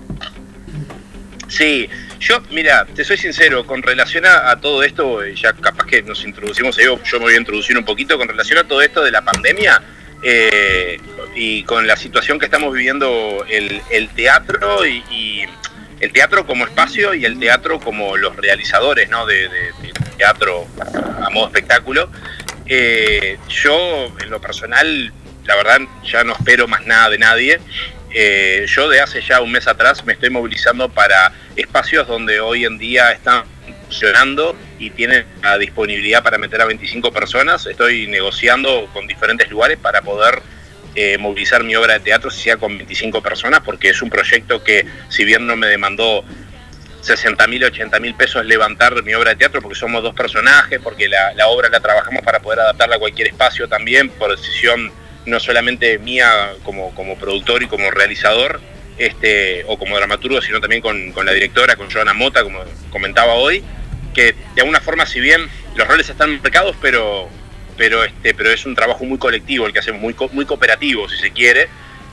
Sí, yo, mira, te soy sincero, con relación a, a todo esto, ya capaz que nos introducimos, yo, yo me voy a introducir un poquito, con relación a todo esto de la pandemia eh, y con la situación que estamos viviendo el, el teatro y, y el teatro como espacio y el teatro como los realizadores, ¿no? de, de, de teatro a modo espectáculo. Eh, yo, en lo personal, la verdad, ya no espero más nada de nadie. Eh, yo de hace ya un mes atrás me estoy movilizando para espacios donde hoy en día están funcionando y tienen la disponibilidad para meter a veinticinco personas. Estoy negociando con diferentes lugares para poder eh, movilizar mi obra de teatro, si sea con veinticinco personas, porque es un proyecto que, si bien no me demandó sesenta mil, ochenta mil pesos levantar mi obra de teatro, porque somos dos personajes, porque la, la obra la trabajamos para poder adaptarla a cualquier espacio también, por decisión no solamente mía como, como productor y como realizador, este, o como dramaturgo, sino también con, con la directora, con Giovanna Mota, como comentaba hoy, que de alguna forma, si bien los roles están marcados, pero, pero, este, pero es un trabajo muy colectivo el que hacemos, muy, muy cooperativo, si se quiere.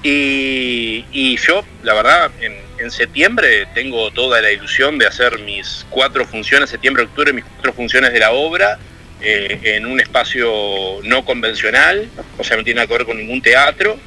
Y, y yo, la verdad, en, en septiembre tengo toda la ilusión de hacer mis cuatro funciones, septiembre, octubre, mis cuatro funciones de la obra, eh, en un espacio no convencional, o sea, no tiene nada que ver con ningún teatro,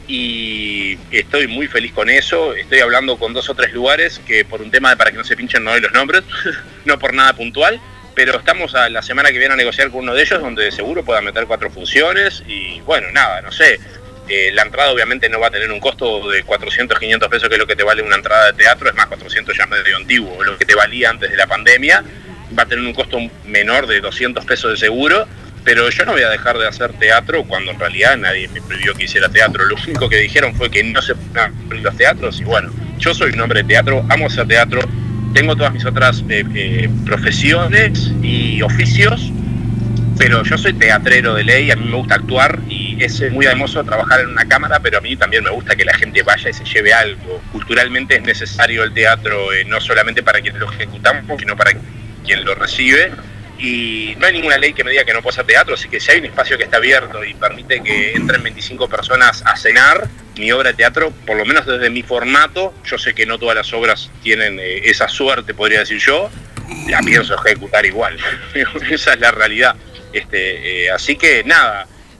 y estoy muy feliz con eso. Estoy hablando con dos o tres lugares que, por un tema de para que no se pinchen, no doy los nombres, no por nada puntual, pero estamos a la semana que viene a negociar con uno de ellos, donde seguro pueda meter cuatro funciones, y bueno, nada, no sé. Eh, la entrada obviamente no va a tener un costo de cuatrocientos, quinientos pesos, que es lo que te vale una entrada de teatro. Es más, cuatrocientos ya es medio antiguo, lo que te valía antes de la pandemia. Va a tener un costo menor de doscientos pesos de seguro, pero yo no voy a dejar de hacer teatro cuando en realidad nadie me prohibió que hiciera teatro. Lo único que dijeron fue que no se pueden abrir los teatros, y bueno, yo soy un hombre de teatro, amo hacer teatro, tengo todas mis otras eh, eh, profesiones y oficios, pero yo soy teatrero de ley. A mí me gusta actuar y es muy hermoso trabajar en una cámara, pero a mí también me gusta que la gente vaya y se lleve algo. Culturalmente es necesario el teatro, eh, no solamente para quienes lo ejecutamos, sino para quien lo recibe. Y no hay ninguna ley que me diga que no puedo hacer teatro, así que si hay un espacio que está abierto y permite que entren veinticinco personas a cenar mi obra de teatro, por lo menos desde mi formato, yo sé que no todas las obras tienen eh, esa suerte, podría decir yo, la pienso ejecutar igual. Esa es la realidad. Este, eh, así que nada,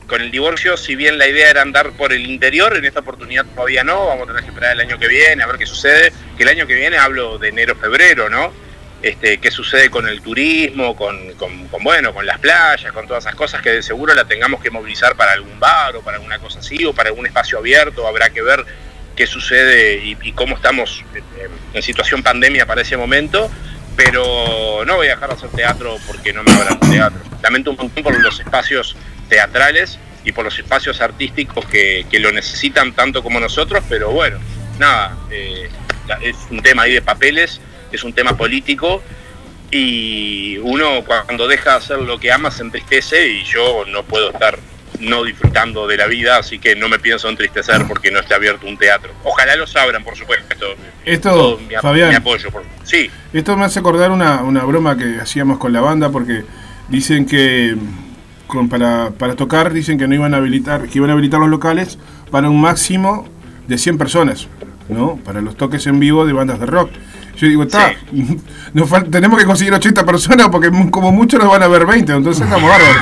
con el divorcio, si bien la idea era andar por el interior, en esta oportunidad todavía no, vamos a tener que esperar el año que viene, a ver qué sucede, que el año que viene hablo de enero, febrero, ¿no? Este, qué sucede con el turismo, con, con, con, bueno, con las playas, con todas esas cosas que de seguro la tengamos que movilizar para algún bar o para alguna cosa así, o para algún espacio abierto, habrá que ver qué sucede y, y cómo estamos en situación pandemia para ese momento, pero no voy a dejar de hacer teatro porque no me abran teatro. Lamento un montón por los espacios teatrales y por los espacios artísticos que, que lo necesitan tanto como nosotros, pero bueno, nada, eh, es un tema ahí de papeles, es un tema político y uno cuando deja de hacer lo que ama se entristece y yo no puedo estar no disfrutando de la vida, así que no me pienso entristecer porque no esté abierto un teatro. Ojalá los abran, por supuesto. Esto, Todo mi, Fabián, mi apoyo. Por, sí. Esto me hace acordar una, una broma que hacíamos con la banda porque dicen que con, para, para tocar dicen que no iban a habilitar, que iban a habilitar los locales para un máximo de cien personas, ¿no? Para los toques en vivo de bandas de rock. Yo digo, está, sí. Nos fal- tenemos que conseguir ochenta personas porque como mucho nos van a ver veinte, entonces estamos bárbaros.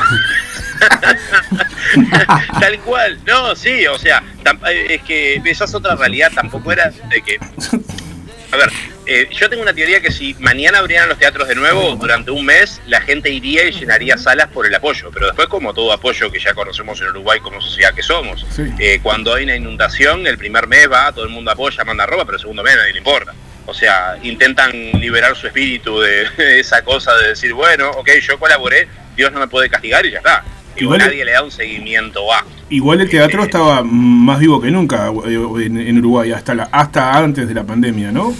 Tal cual, no, sí, o sea, tam- es que esa es otra realidad, tampoco era de que... A ver, eh, yo tengo una teoría que si mañana abrieran los teatros de nuevo, durante un mes, la gente iría y llenaría salas por el apoyo, pero después como todo apoyo que ya conocemos en Uruguay como sociedad que somos, Sí. eh, cuando hay una inundación, el primer mes va, todo el mundo apoya, manda ropa, pero el segundo mes a nadie le importa. O sea, intentan liberar su espíritu de, de esa cosa de decir, bueno, ok, yo colaboré, Dios no me puede castigar y ya está. Digo, Igual- nadie le da un seguimiento a. Igual el teatro Eh, estaba más vivo que nunca eh, en, en Uruguay, hasta la, hasta antes de la pandemia, ¿no?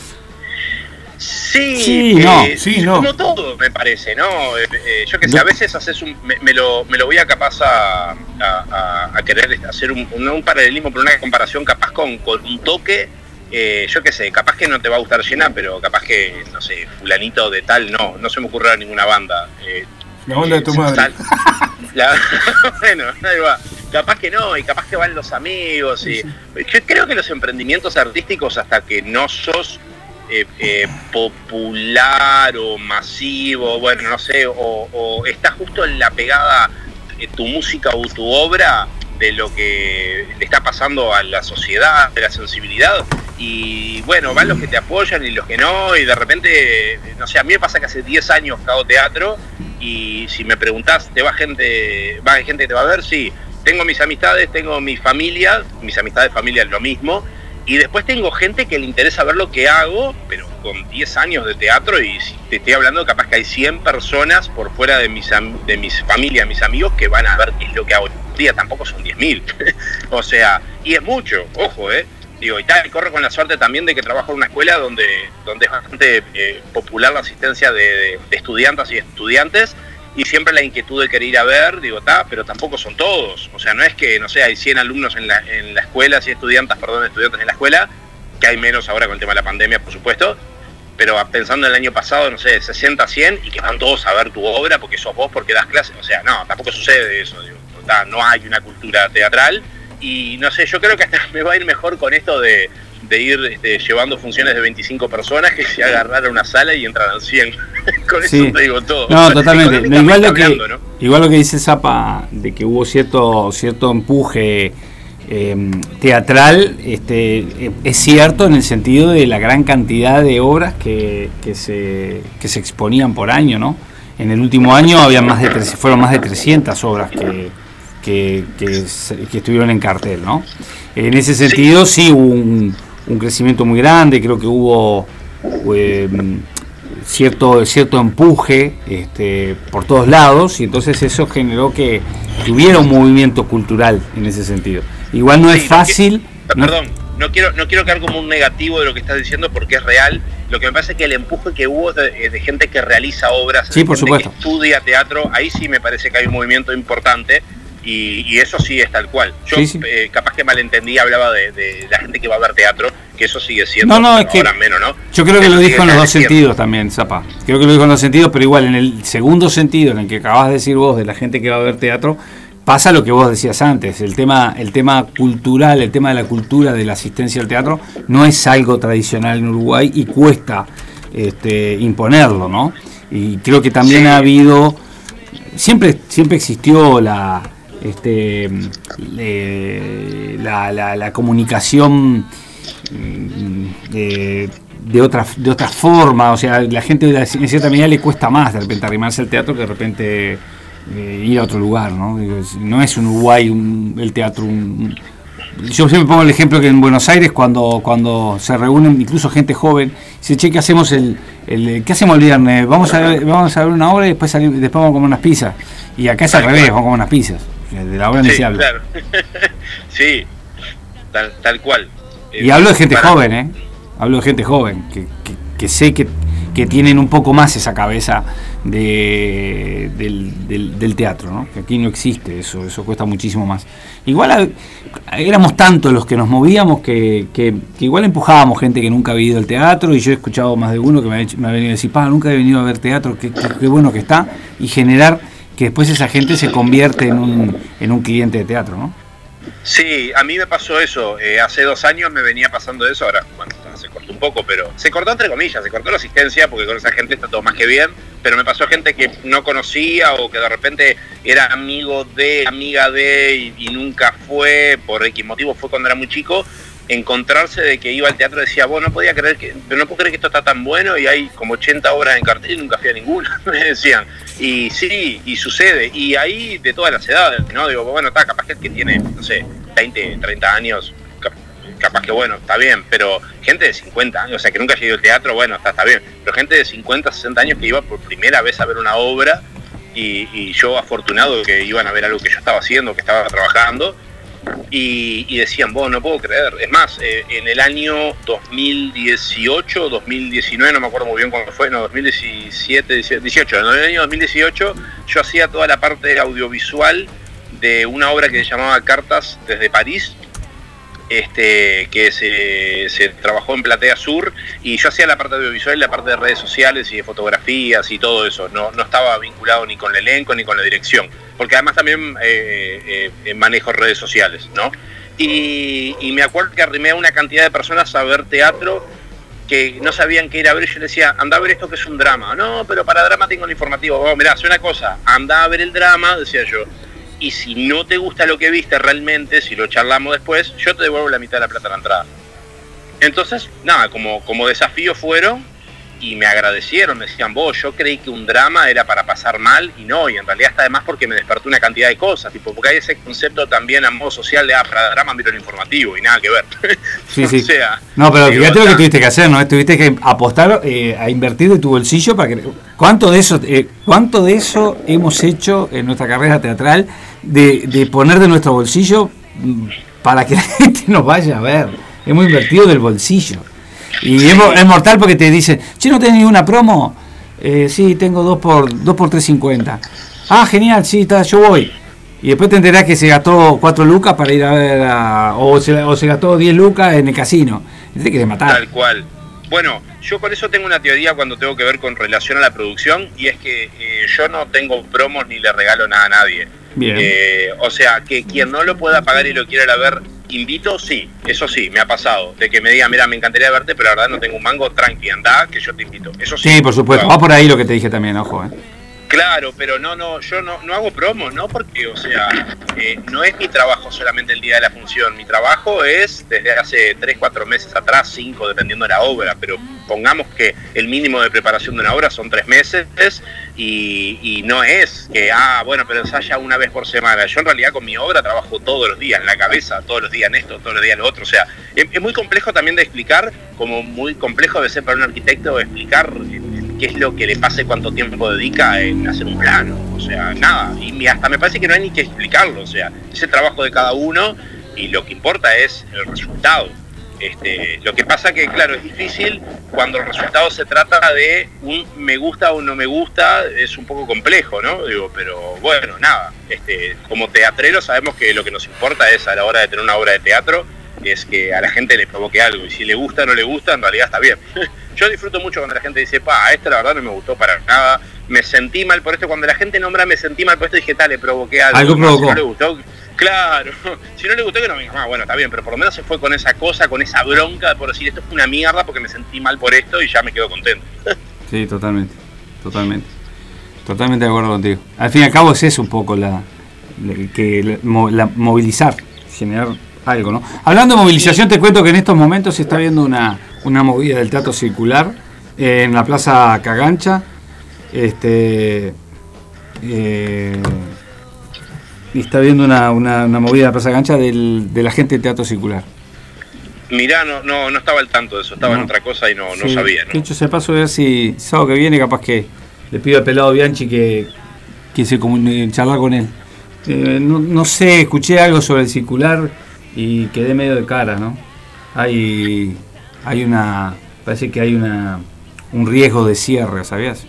Sí, Sí, eh, no, sí, no. como todo me parece, ¿no? Eh, eh, yo que sé, a veces haces un, me, me lo, me lo voy a capaz a, a, a- a querer hacer un, un, un paralelismo, pero una comparación capaz con, con un toque, eh, yo que sé, capaz que no te va a gustar llena, pero capaz que, no sé, fulanito de tal, no, no se me ocurre ninguna banda. Eh, La banda de tu eh, madre. sal- la- bueno, ahí va. Capaz que no, y capaz que van los amigos. Y, yo creo que los emprendimientos artísticos, hasta que no sos eh, eh, popular o masivo, bueno, no sé, o, o está justo en la pegada eh, tu música o tu obra de lo que le está pasando a la sociedad, de la sensibilidad, y bueno, van los que te apoyan y los que no, y de repente, no sé, a mí me pasa que hace diez años que hago teatro, y si me preguntás, ¿te va gente, va gente que te va a ver? Sí, tengo mis amistades, tengo mi familia, mis amistades de familia es lo mismo, y después tengo gente que le interesa ver lo que hago, pero con diez años de teatro, y si te estoy hablando, capaz que hay cien personas por fuera de mis, am- de mis familia, mis amigos, que van a ver qué es lo que hago. Un día tampoco son diez mil. O sea, y es mucho, ojo, ¿eh? Digo, y tal, y corro con la suerte también de que trabajo en una escuela donde, donde es bastante eh, popular la asistencia de, de, de estudiantes y estudiantes, y siempre la inquietud de querer ir a ver, digo, está, pero tampoco son todos. O sea, no es que, no sé, hay cien alumnos en la, en la escuela, cien estudiantes, perdón, estudiantes en la escuela, que hay menos ahora con el tema de la pandemia, por supuesto, pero pensando en el año pasado, no sé, sesenta, cien, y que van todos a ver tu obra porque sos vos, porque das clases. O sea, no, tampoco sucede eso, digo, está, no hay una cultura teatral, y no sé, yo creo que hasta me va a ir mejor con esto de, de ir este, llevando funciones de veinticinco personas que se agarrar a una sala y entran cien. Con Sí. eso te digo todo. No, totalmente. No, igual, lo que, hablando, ¿no? igual lo que dice Zapa, de que hubo cierto cierto empuje eh, teatral, este, eh, es cierto en el sentido de la gran cantidad de obras que, que, se, que se exponían por año, ¿no? En el último año había más de tres, fueron más de trescientas obras que, que, que, se- que estuvieron en cartel, ¿no? En ese sentido sí, hubo un, un crecimiento muy grande, creo que hubo eh, cierto cierto empuje este, por todos lados, y entonces eso generó que tuviera un movimiento cultural en ese sentido. Igual no Sí, es no fácil. qui- ¿no? Perdón, no quiero, no quiero quedar como un negativo de lo que estás diciendo porque es real. Lo que me parece es que el empuje que hubo es de, de gente que realiza obras, Sí, de por gente supuesto. que estudia teatro, ahí sí me parece que hay un movimiento importante. Y, y eso sí es tal cual. Yo Sí, sí. Eh, capaz que malentendí, hablaba de, de la gente que va a ver teatro, que eso sigue siendo, No, no, es pero que ahora menos, ¿no? Yo creo que Eso lo sigue dijo en los dos siendo. sentidos también, Zapa. Creo que lo dijo en los dos sentidos, pero igual en el segundo sentido, en el que acabas de decir vos de la gente que va a ver teatro, pasa lo que vos decías antes. El tema, el tema cultural, el tema de la cultura de la asistencia al teatro, no es algo tradicional en Uruguay y cuesta este, imponerlo, ¿no? Y creo que también Sí. ha habido, siempre, siempre existió la este, eh, la, la, la comunicación de, de otra de otra forma, o sea, la gente en cierta medida le cuesta más de repente arrimarse al teatro que de repente eh, ir a otro lugar, ¿no? Digo, no es un Uruguay un, el teatro un, yo siempre pongo el ejemplo que en Buenos Aires cuando cuando se reúnen incluso gente joven, dice, che, ¿qué hacemos el, el qué hacemos el viernes? Vamos a ver, vamos a ver una obra y después salir, después vamos a comer unas pizzas. Y acá es al revés, vamos a comer unas pizzas. De la obra sí, ni se habla. Claro. Sí, tal, tal cual. Y hablo de gente Para... joven, ¿eh? Hablo de gente joven, que, que, que sé que, que tienen un poco más esa cabeza de, del, del, del teatro, ¿no? Que aquí no existe eso, eso cuesta muchísimo más. Igual a, éramos tantos los que nos movíamos que, que, que igual empujábamos gente que nunca había ido al teatro, y yo he escuchado más de uno que me ha, hecho, me ha venido a decir, pa, nunca he venido a ver teatro, qué, qué, qué bueno que está, y generar que después esa gente se convierte en un, en un cliente de teatro, ¿no? Sí, a mí me pasó eso, eh, hace dos años me venía pasando eso, ahora, bueno, se cortó un poco, pero se cortó entre comillas, se cortó la asistencia porque con esa gente está todo más que bien, pero me pasó gente que no conocía o que de repente era amigo de, amiga de y, y nunca fue, por X motivo fue cuando era muy chico, encontrarse de que iba al teatro y decía, vos no podía creer que, pero no puedo creer que esto está tan bueno y hay como ochenta obras en cartel y nunca fui a ninguna, me decían. Y sí, y sucede, y ahí de todas las edades, ¿no? Digo, bueno, está, capaz que el que tiene, no sé, veinte, treinta años, capaz que bueno, está bien, pero gente de cincuenta años, o sea, que nunca haya ido al teatro, bueno, está, está bien, pero gente de cincuenta, sesenta años que iba por primera vez a ver una obra y, y yo afortunado de que iban a ver algo que yo estaba haciendo, que estaba trabajando, Y, y decían, vos, no puedo creer. Es más, eh, en el año dos mil dieciocho, dos mil diecinueve, no me acuerdo muy bien cuándo fue, no, dos mil diecisiete, dieciocho, en el año dos mil dieciocho yo hacía toda la parte audiovisual de una obra que se llamaba Cartas desde París, este que se, se trabajó en Platea Sur, y yo hacía la parte audiovisual y la parte de redes sociales y de fotografías y todo eso. No, no estaba vinculado ni con el elenco ni con la dirección, porque además también eh, eh, manejo redes sociales, ¿no? Y, y me acuerdo que arrimé a una cantidad de personas a ver teatro que no sabían qué ir a ver, y yo les decía, anda a ver esto que es un drama. No, pero para drama tengo el informativo. Oh, mirá, hace una cosa, anda a ver el drama, decía yo, y si no te gusta lo que viste realmente, si lo charlamos después, yo te devuelvo la mitad de la plata de la entrada. Entonces, nada, como, como desafío fueron y me agradecieron, me decían, vos, yo creí que un drama era para pasar mal, y no, y en realidad está además porque me despertó una cantidad de cosas, tipo, porque hay ese concepto también a modo social de, ah, para drama miro el informativo, y nada que ver. Sí, o sí. sea, no, pero digo, fíjate lo que ta- tuviste que hacer, ¿no? Tuviste que apostar eh, a invertir de tu bolsillo para que... ¿Cuánto de eso eh, cuánto de eso hemos hecho en nuestra carrera teatral, de, de poner de nuestro bolsillo mm, para que la gente nos vaya a ver? Hemos invertido del bolsillo. Y es, mo- es mortal porque te dicen, che, ¿no tenés ninguna promo? Eh, sí, tengo dos por dos por tres cincuenta. Ah, genial, sí, está, yo voy. Y después te enterás que se gastó cuatro lucas para ir a ver a, o, se, o se gastó diez lucas en el casino. Te querés matar. Tal cual. Bueno, yo por eso tengo una teoría cuando tengo que ver con relación a la producción, y es que eh, yo no tengo promos ni le regalo nada a nadie. Bien. Eh, o sea, que quien no lo pueda pagar y lo quiera ir a ver, invito, sí, eso sí, me ha pasado. De que me diga, mira, me encantaría verte, pero la verdad no tengo un mango, tranqui, andá, que yo te invito. Eso sí. Sí, por supuesto. Lo Va hago. por ahí lo que te dije también, ojo, eh. Claro, pero no, no, yo no, no hago promos, ¿no? Porque, o sea, eh, no es mi trabajo solamente el día de la función. Mi trabajo es desde hace tres, cuatro meses atrás, cinco, dependiendo de la obra. Pero pongamos que el mínimo de preparación de una obra son tres meses y, y no es que, ah, bueno, pero ensaya una vez por semana. Yo en realidad con mi obra trabajo todos los días, en la cabeza, todos los días en esto, todos los días en lo otro. O sea, es, es muy complejo también de explicar, como muy complejo debe ser para un arquitecto explicar qué es lo que le pasa y cuánto tiempo dedica en hacer un plano, o sea, nada, y hasta me parece que no hay ni que explicarlo, o sea, es el trabajo de cada uno y lo que importa es el resultado. Este, lo que pasa que, claro, es difícil cuando el resultado se trata de un me gusta o no me gusta, es un poco complejo, ¿no? Digo, pero bueno, nada, este, como teatreros sabemos que lo que nos importa es, a la hora de tener una obra de teatro, es que a la gente le provoque algo, y si le gusta o no le gusta, en realidad está bien. Yo disfruto mucho cuando la gente dice, pa, esto la verdad no me gustó para nada, me sentí mal por esto. Cuando la gente nombra me sentí mal por esto, dije, tal, le provoqué algo. Algo más, provocó. si no le gustó, claro, si no le gustó que no me diga, ah, bueno, está bien, pero por lo menos se fue con esa cosa, con esa bronca por decir, esto fue una mierda porque me sentí mal por esto, y ya me quedo contento. Sí, totalmente, totalmente. Totalmente de acuerdo contigo. Al fin y al cabo es eso un poco la, que la, la, movilizar, generar algo, ¿no? Hablando de movilización, te cuento que en estos momentos se está viendo una, una movida del Teatro Circular eh, en la Plaza Cagancha. Este, eh, y está viendo una, una, una movida de la Plaza Cagancha del, de la gente del Teatro Circular. Mirá, no, no, no estaba al tanto de eso, estaba no. en otra cosa y no, no sí. sabía, ¿no? De hecho, se pasó a ver si sábado que viene, capaz que le pido al pelado Bianchi que, que se comunique, charlar con él. Eh, no, no sé, escuché algo sobre el circular y quedé medio de cara, ¿no? Hay, hay una, parece que hay una, un riesgo de cierre, ¿sabías?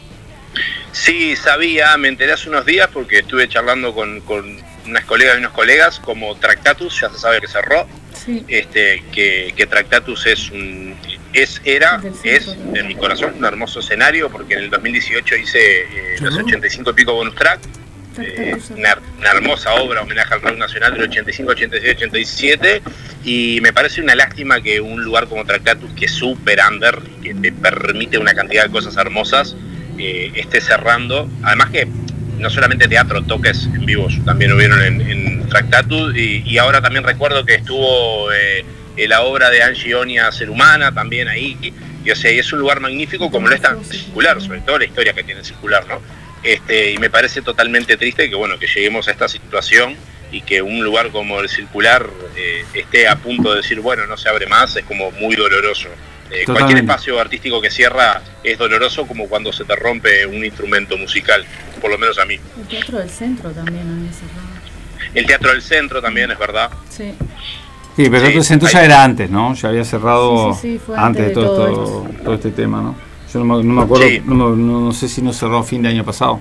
Sí, sabía, me enteré hace unos días porque estuve charlando con, con unas colegas y unos colegas, como Tractatus, ya se sabe que cerró. Sí. Este, que, que Tractatus es un es era es de mi corazón un hermoso escenario, porque en el dos mil dieciocho hice eh, los ochenta y cinco y pico bonus track, eh, una, una hermosa obra, homenaje al rock nacional del ochenta y cinco, ochenta y seis, ochenta y siete, y me parece una lástima que un lugar como Tractatus, que es super under, que te permite una cantidad de cosas hermosas, eh, esté cerrando. Además que no solamente teatro, toques en vivo también hubieron en, en Tractatus, y, y ahora también recuerdo que estuvo eh, la obra de Angie Onia, Ser Humana, también ahí, y, y o sea, y es un lugar magnífico, como lo es tan Circular, sobre todo la historia que tiene Circular, ¿no? Este, y me parece totalmente triste que, bueno, que lleguemos a esta situación y que un lugar como el Circular eh, esté a punto de decir, bueno, no se abre más, es como muy doloroso. Eh, cualquier espacio artístico que cierra es doloroso, como cuando se te rompe un instrumento musical, por lo menos a mí. El Teatro del Centro también había cerrado. El Teatro del Centro también, es verdad. Sí. Sí, pero el Teatro del Centro ya era antes, ¿no? Ya había cerrado sí, sí, sí, fue antes, antes de todo, todo, todo, todo este tema, ¿no? Yo no me, no me acuerdo, sí. no, no, no sé si no cerró a fin de año pasado.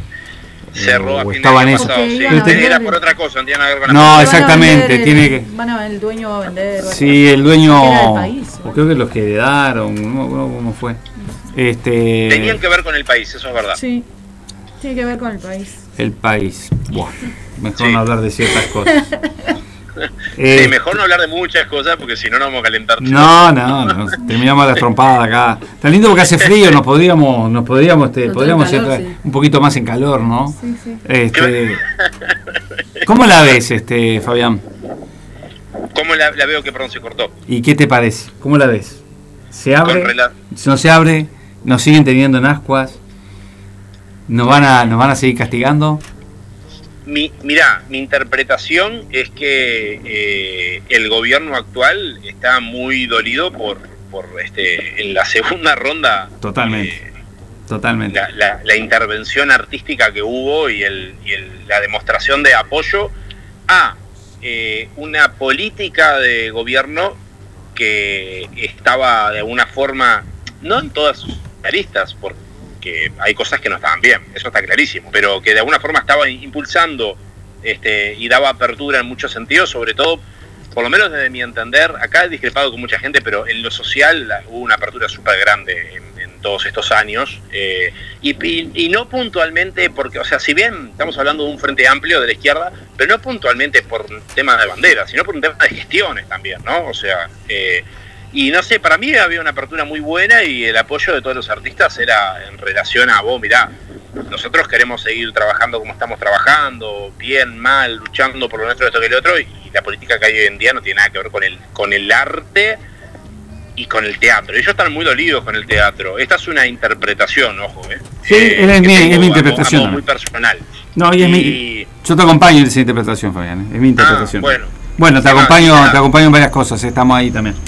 Cerró eh, a fin estaba de año en eso. pasado, sí. Este, era por otra cosa, no tiene nada que ver con No, la exactamente, el, tiene que... Van a, el dueño va a vender. Sí, el dueño... Era del país, o creo que los que heredaron, no me acuerdo cómo fue. Este... Tenían que ver con el país, eso es verdad. Sí, tiene que ver con el país. El país. Buah, mejor sí. no hablar de ciertas cosas. Eh, sí, mejor no hablar de muchas cosas porque si no nos vamos a calentar. No, no, no, terminamos las trompadas acá. Está lindo porque hace frío, nos podríamos, nos podríamos, este, podríamos calor, entrar sí. un poquito más en calor, ¿no? Sí, sí. Este, ¿cómo la ves, este, Fabián? ¿Cómo la, la veo que pronto se cortó? ¿Y qué te parece? ¿Cómo la ves? ¿Se abre? Rela- ¿No se abre? ¿Nos siguen teniendo en ascuas? ¿Nos van a, nos van a seguir castigando? Mi, mirá, mi interpretación es que eh, el gobierno actual está muy dolido por, por este, en la segunda ronda. Totalmente. Eh, Totalmente. La, la, la intervención artística que hubo y, el, y el, la demostración de apoyo a eh, una política de gobierno que estaba de alguna forma, no en todas sus aristas, porque que hay cosas que no estaban bien, eso está clarísimo, pero que de alguna forma estaba impulsando este, y daba apertura en muchos sentidos, sobre todo, por lo menos desde mi entender, acá he discrepado con mucha gente, pero en lo social la, hubo una apertura súper grande en, en todos estos años, eh, y, y, y no puntualmente, porque, o sea, si bien estamos hablando de un frente amplio de la izquierda, pero no puntualmente por un tema de bandera, sino por un tema de gestiones también, ¿no? O sea, eh, y no sé, para mí había una apertura muy buena y el apoyo de todos los artistas era en relación a vos, mirá, nosotros queremos seguir trabajando como estamos trabajando, bien, mal, luchando por lo nuestro, esto que lo otro, y la política que hay hoy en día no tiene nada que ver con el, con el arte y con el teatro. Ellos están muy dolidos con el teatro. Esta es una interpretación, ojo, ¿eh? Sí, eh, es, mi, tengo, es mi interpretación. A modo muy personal. No, y es y... mi, yo te acompaño en esa interpretación, Fabián, ¿eh? Es mi interpretación. Ah, bueno. Bueno, te sí, acompaño, no, te acompaño en varias cosas, estamos ahí también.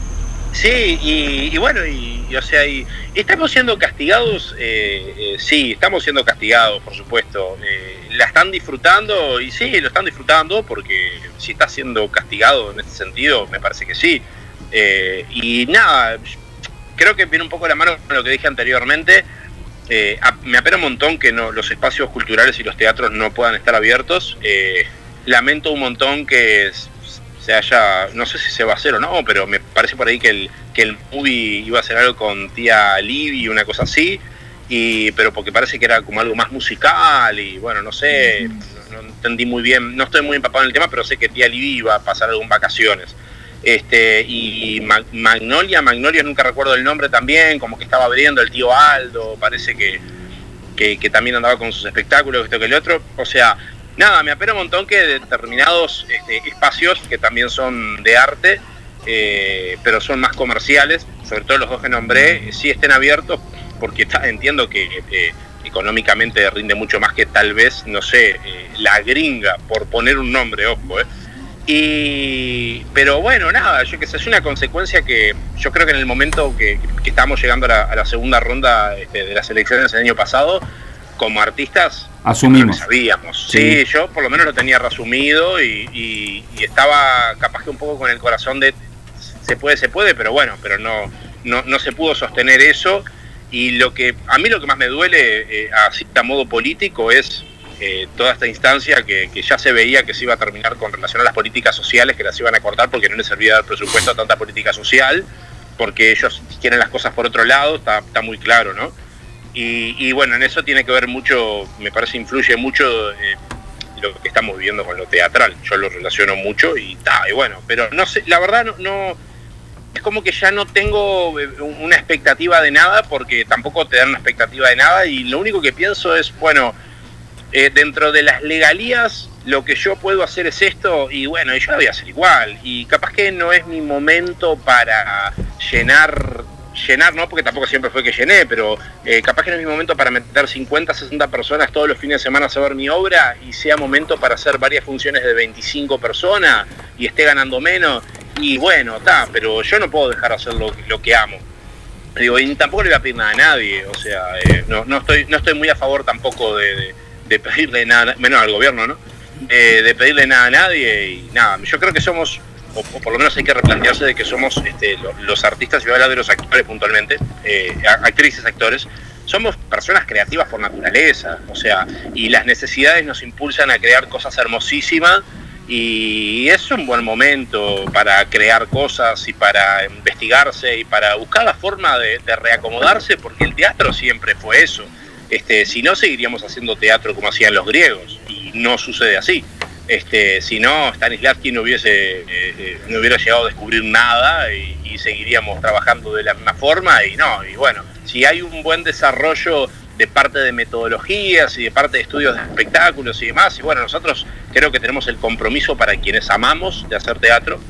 Sí, y, y bueno, y, y o sea, y estamos siendo castigados, eh, eh, sí, estamos siendo castigados, por supuesto. Eh, la están disfrutando, y sí, lo están disfrutando, porque si está siendo castigado en este sentido, me parece que sí. Eh, y nada, creo que viene un poco de la mano con lo que dije anteriormente. Eh, a, me apena un montón que no, los espacios culturales y los teatros no puedan estar abiertos. Eh, lamento un montón que se haya, no sé si se va a hacer o no, pero me parece por ahí que el, que el movie iba a hacer algo con Tía Libby y una cosa así, y, pero porque parece que era como algo más musical y bueno, no sé, no, no entendí muy bien, no estoy muy empapado en el tema, pero sé que Tía Libby iba a pasar algo en vacaciones. Este, y Magnolia, Magnolia nunca recuerdo el nombre también, como que estaba abriendo el tío Aldo, parece que, que, que también andaba con sus espectáculos, esto que el otro, o sea, nada, me apena un montón que determinados este, espacios que también son de arte, eh, pero son más comerciales, sobre todo los dos que nombré, eh, sí estén abiertos, porque está, entiendo que eh, económicamente rinde mucho más que tal vez, no sé, eh, la Gringa, por poner un nombre, ojo, eh. Y, pero bueno, nada, yo que sé, es una consecuencia que yo creo que en el momento que, que estamos llegando a la, a la segunda ronda este, de las elecciones el año pasado, como artistas, asumimos. Lo sabíamos. Sí. Sí, yo por lo menos lo tenía resumido y, y, y estaba capaz que un poco con el corazón de se puede, se puede, pero bueno, pero no, no, no se pudo sostener eso. Y lo que a mí lo que más me duele, eh, así a modo político, es eh, toda esta instancia que, que ya se veía que se iba a terminar con relación a las políticas sociales, que las iban a cortar porque no les servía dar presupuesto a tanta política social, porque ellos quieren las cosas por otro lado, está, está muy claro, ¿no? Y, y bueno, en eso tiene que ver mucho, me parece influye mucho eh, lo que estamos viviendo con lo teatral. Yo lo relaciono mucho y está, y bueno, pero no sé, la verdad no, no, es como que ya no tengo una expectativa de nada, porque tampoco te dan una expectativa de nada, y lo único que pienso es, bueno, eh, dentro de las legalías, lo que yo puedo hacer es esto, y bueno, yo lo voy a hacer igual, y capaz que no es mi momento para llenar... llenar, no, porque tampoco siempre fue que llené, pero eh, capaz que no es mi momento para meter cincuenta, sesenta personas todos los fines de semana a ver mi obra, y sea momento para hacer varias funciones de veinticinco personas y esté ganando menos, y bueno, está, pero yo no puedo dejar de hacer lo, lo que amo. Digo, y tampoco le voy a pedir nada a nadie, o sea, eh, no, no estoy no estoy muy a favor tampoco de, de, de pedirle nada, menos al gobierno, ¿no? Eh, de pedirle nada a nadie, y nada, yo creo que somos... O, o por lo menos hay que replantearse de que somos este, lo, los artistas, y voy a hablar de los actores puntualmente, eh, actrices, actores, somos personas creativas por naturaleza, o sea, y las necesidades nos impulsan a crear cosas hermosísimas, y es un buen momento para crear cosas y para investigarse y para buscar la forma de, de reacomodarse, porque el teatro siempre fue eso. Este, si no, seguiríamos haciendo teatro como hacían los griegos, y no sucede así. Este, si no, Stanislavski no hubiese eh, no hubiera llegado a descubrir nada, y, y seguiríamos trabajando de la misma forma, y no, y bueno, si hay un buen desarrollo de parte de metodologías y de parte de estudios de espectáculos y demás, y bueno, nosotros creo que tenemos el compromiso, para quienes amamos de hacer teatro,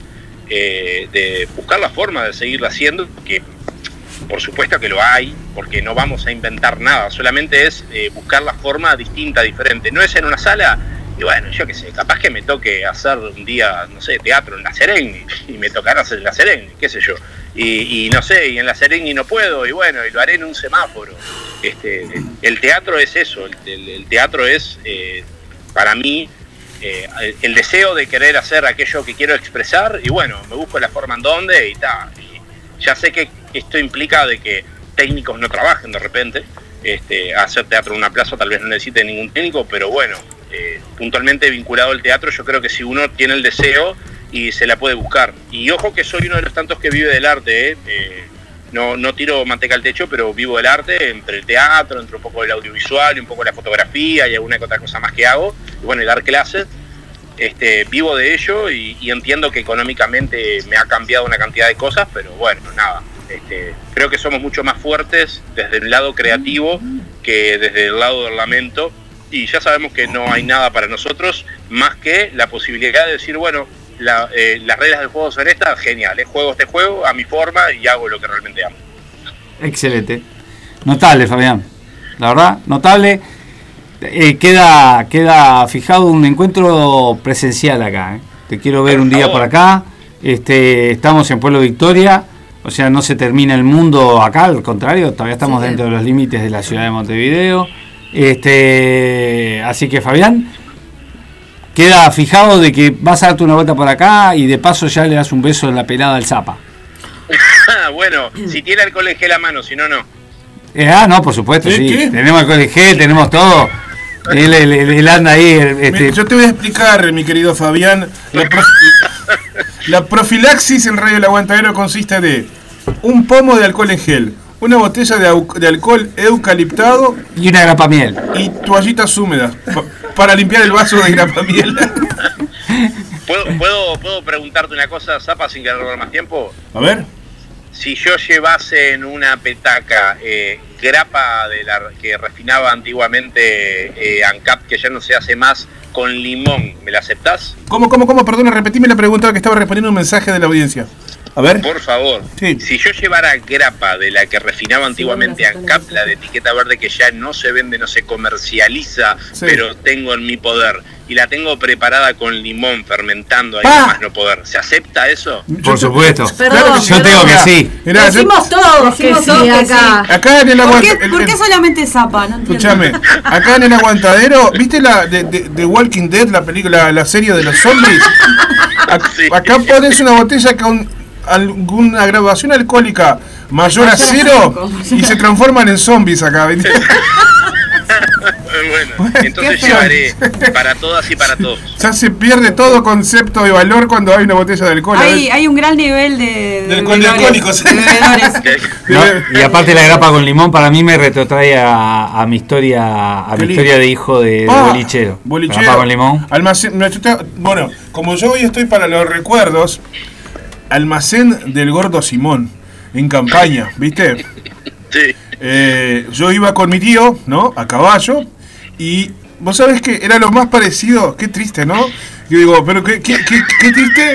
eh, de buscar la forma de seguirlo haciendo, que por supuesto que lo hay, porque no vamos a inventar nada, solamente es eh, buscar la forma distinta, diferente, no es en una sala. Y bueno, yo qué sé, capaz que me toque hacer un día, no sé, teatro en La Serengni, y me tocará hacer La Serengni, qué sé yo. Y, y no sé, y en La Serengni no puedo, y bueno, y lo haré en un semáforo. Este, el teatro es eso, el, el, el teatro es, eh, para mí, eh, el, el deseo de querer hacer aquello que quiero expresar, y bueno, me busco la forma en donde, y tal. Y ya sé que esto implica de que técnicos no trabajen de repente. Este, hacer teatro en una plaza tal vez no necesite ningún técnico, pero bueno, eh, puntualmente vinculado al teatro, yo creo que si uno tiene el deseo y se la puede buscar. Y ojo que soy uno de los tantos que vive del arte, eh, eh, no, no tiro manteca al techo, pero vivo del arte, entre el teatro, entre un poco del audiovisual y un poco de la fotografía y alguna que otra cosa más que hago, y bueno, y dar clases. Este, vivo de ello, y, y entiendo que económicamente me ha cambiado una cantidad de cosas, pero bueno, nada. Este, creo que somos mucho más fuertes desde el lado creativo que desde el lado del lamento, y ya sabemos que no hay nada para nosotros más que la posibilidad de decir, bueno, la, eh, las reglas del juego son estas, genial, eh, juego este juego a mi forma y hago lo que realmente amo. Excelente, notable, Fabián, la verdad, notable. Eh, queda queda fijado un encuentro presencial acá, eh. Te quiero ver por un día favor. Por acá. Este, estamos en Pueblo Victoria. O sea, no se termina el mundo acá, al contrario, todavía estamos sí, dentro de los límites de la ciudad de Montevideo. Este, así que, Fabián, queda fijado de que vas a darte una vuelta por acá, y de paso ya le das un beso en la pelada al Zapa. Bueno, si tiene alcohol en gel a mano, si no, no. Eh, ah, no, por supuesto, sí. ¿Qué? Tenemos alcohol en gel, tenemos todo. Él, él, él, él anda ahí. Este... Yo te voy a explicar, mi querido Fabián. La, prof... la profilaxis en Radio El Aguantadero consiste de un pomo de alcohol en gel, una botella de, au... de alcohol eucaliptado y una grapamiel. Y toallitas húmedas pa... para limpiar el vaso de grapamiel. ¿Puedo, puedo, ¿Puedo preguntarte una cosa, Zapa, sin querer robar más tiempo? A ver. si yo llevase en una petaca eh, grapa de la que refinaba antiguamente eh, ANCAP, que ya no se hace más, con limón, ¿me la aceptás? ¿Cómo, cómo, cómo? Perdona, repetime la pregunta que estaba respondiendo un mensaje de la audiencia. A ver. Por favor, sí. Si yo llevara grapa de la que refinaba antiguamente ANCAP, la de etiqueta verde que ya no se vende, no se comercializa, sí. pero tengo en mi poder, y la tengo preparada con limón, fermentando ahí ¡Ah! más no poder, ¿se acepta eso? Por supuesto. Perdón, yo tengo que sí. Mirá, decimos yo, todos que Decimos sí, todos que acá. sí. acá en el ¿Por aguanta, qué, el- por qué el- solamente Zapa? No entiendo. escúchame, acá en el aguantadero, ¿viste la de, de, de Walking Dead, la película, la serie de los zombies? Ac- Sí. Acá pones una botella con alguna graduación alcohólica mayor a cero y se transforman en zombies acá, ¿viste? Bueno, entonces qué llevaré para todas y para todos. Ya se pierde todo concepto de valor cuando hay una botella de alcohol. Hay, ¿ves? hay un gran nivel de, de, De bebedores, alcohólicos. de bebedores. No, y aparte la grapa con limón para mí me retrotrae a, a mi historia a Qué mi lindo. historia de hijo de, de Ah, bolichero. Bolichero. Grapa con limón. Almacén, me- yo te- bueno, como yo hoy estoy para los recuerdos, almacén del Gordo Simón, en campaña, ¿viste? Sí. Eh, yo iba con mi tío, ¿no? A caballo, y vos sabés que era lo más parecido, qué triste, ¿no? Yo digo, pero qué, qué, qué, qué triste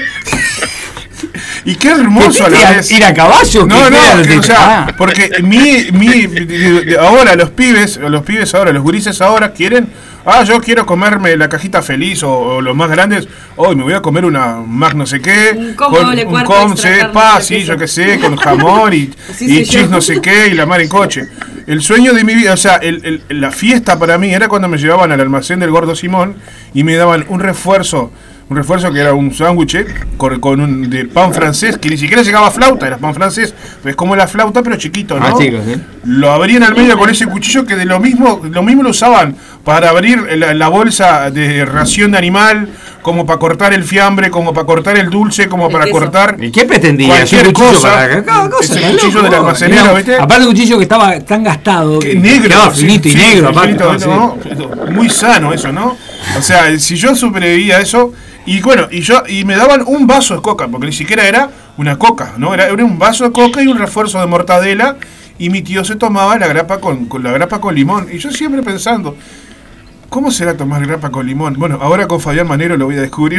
y qué hermoso a la vez. ¿Ir a caballo? No, ¿Qué no, era? que, o sea, Ah. porque mi, mi, ahora los pibes, los pibes ahora, los gurises ahora quieren, ah, yo quiero comerme la cajita feliz o, o los más grandes, hoy me voy a comer una Mac no sé qué, Un combo con doble un cuarto com, extra sí, carne, pa, queso. sí, yo qué sé, con jamón y, Así y soy cheese yo. no sé qué y la mar en coche. El sueño de mi vida, o sea, el, el- la fiesta para mí era cuando me llevaban al almacén del Gordo Simón y me daban un refuerzo. Un refuerzo que era un sándwich con, con un de pan francés, que ni siquiera llegaba a flauta, era pan francés, es como la flauta pero chiquito, ¿no? Ah, chicos, ¿eh? Lo abrían al medio con ese cuchillo que de lo mismo, lo mismo lo usaban para abrir la, la bolsa de ración de animal, como para cortar el fiambre, como para cortar el dulce, como El para queso. cortar ¿Y qué pretendía? cualquier Un cuchillo cosa. para- cada cosa, Ese está cuchillo loco. del almacenero, Mirá, ¿viste? Aparte un cuchillo que estaba tan gastado, Que que negro, quedaba sí, finito y sí, negro, aparte. finito, ¿no? Sí. ¿no? Muy sano eso, ¿no? O sea, si yo sobrevivía a eso, y bueno, y yo y me daban un vaso de coca, porque ni siquiera era una coca, ¿no? Era, era un vaso de coca y un refuerzo de mortadela, y mi tío se tomaba la grapa con, con la grapa con limón, y yo siempre pensando, ¿cómo será tomar grapa con limón? Bueno, ahora con Fabián Manero lo voy a descubrir.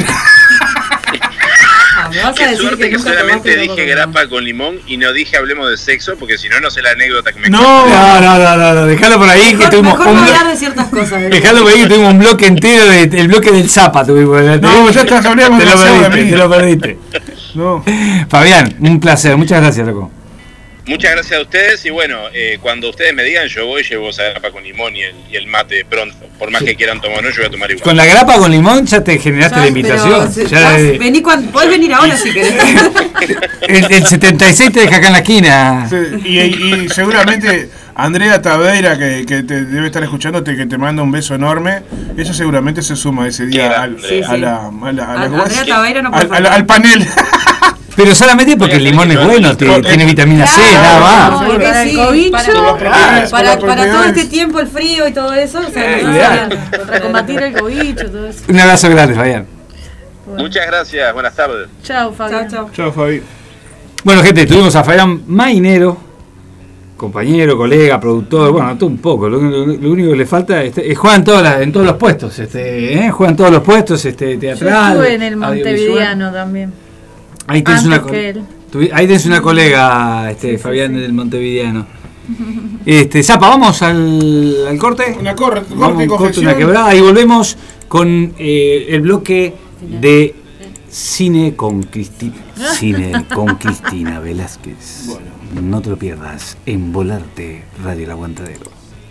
Ah, me vas a Qué decir suerte que nunca solamente tomaste dije grapa con grapa con limón y no dije hablemos de sexo, porque si no, no sé la anécdota que me No, No, no, no, no, no, dejalo por ahí que Mejor, tuvimos mejor un no blo- hablar de ciertas cosas. ¿eh? dejalo por ahí que tuvimos un bloque entero de, el bloque del Zapa tuvimos. No, ya estás hablando Te lo demasiado de perdiste, mí. te lo perdiste. no. Fabián, un placer, muchas gracias, loco. Muchas gracias a ustedes y bueno, eh, cuando ustedes me digan, yo voy y llevo esa grapa con limón y el, y el mate pronto. Por más que quieran tomar, no, yo voy a tomar igual. Con la grapa con limón ya te generaste Ya, la invitación. pero se- Ya, vas- eh, vení cuando, podés venir ahora si querés. el, el setenta y seis te deja acá en la esquina. Sí, y, y seguramente Andrea Taveira, que, que te debe estar escuchándote, que te manda un beso enorme, ella seguramente se suma ese día Qué al, grande. a la, a la- a la- Andrea Taveira no puede al, al- faltar. al panel. Pero solamente porque el limón es bueno, te- tiene vitamina C, nada más. No, Para sí, el cobicho. para, Por las propiedades, por para, las para todo propiedades. este tiempo, el frío y todo eso. O sea, Eh, no, ideal. Para combatir el cobicho, todo eso. Un abrazo grande, Fabián. Muchas gracias, buenas tardes. Chao, Fabián. chao, chao. Chao, Fabi. Bueno, gente, tuvimos a Fabián Mainero, compañero, colega, productor, bueno, todo un poco. Lo, lo- lo único que le falta es, es juegan todas las- en todos los puestos, este, ¿eh? Juegan todos los puestos, este, Yo teatral. estuve en el audiovisual. Montevideano también. Ahí tenés Antes una co- que él. tuvi- ahí tenés una colega, este, Fabián del Montevideano. Este, Zapa, vamos al, al corte. Una corte, Vamos, corte y un corte, confección. una quebrada y volvemos con eh, el bloque de cine con Cristina. Cine con Cristina Velázquez. No te lo pierdas en Volarte Radio El Aguantadero.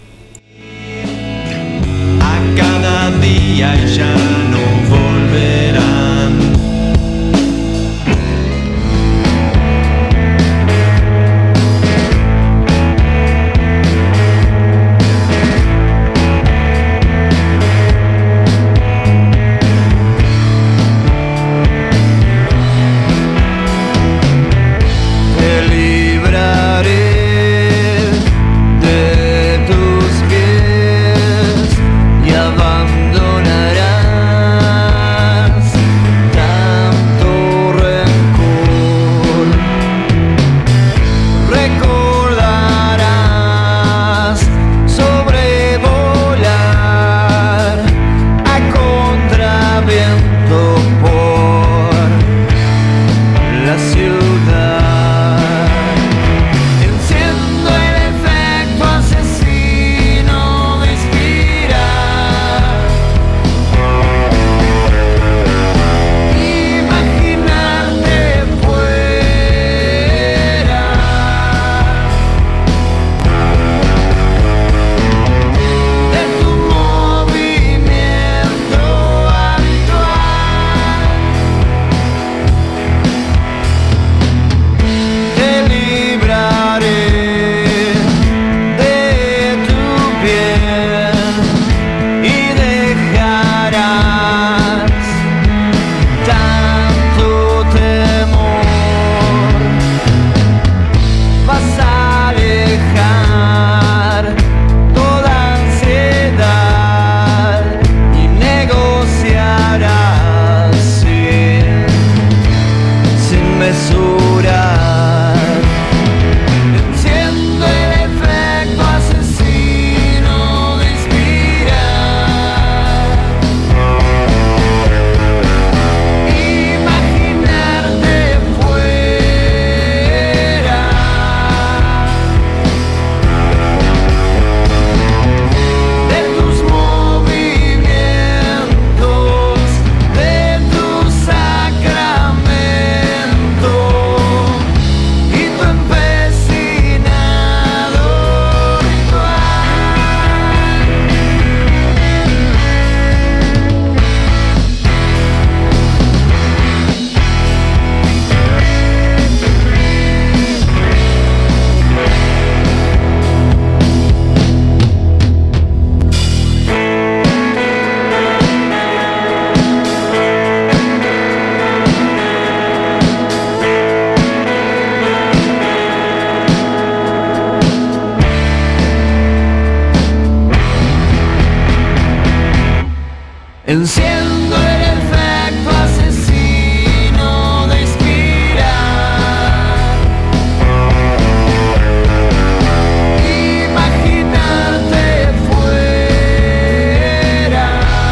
A cada día ya no volverán. Te libraré de tus pies y abandonarás Enciendo el efecto asesino de inspirar. Imaginarte fuera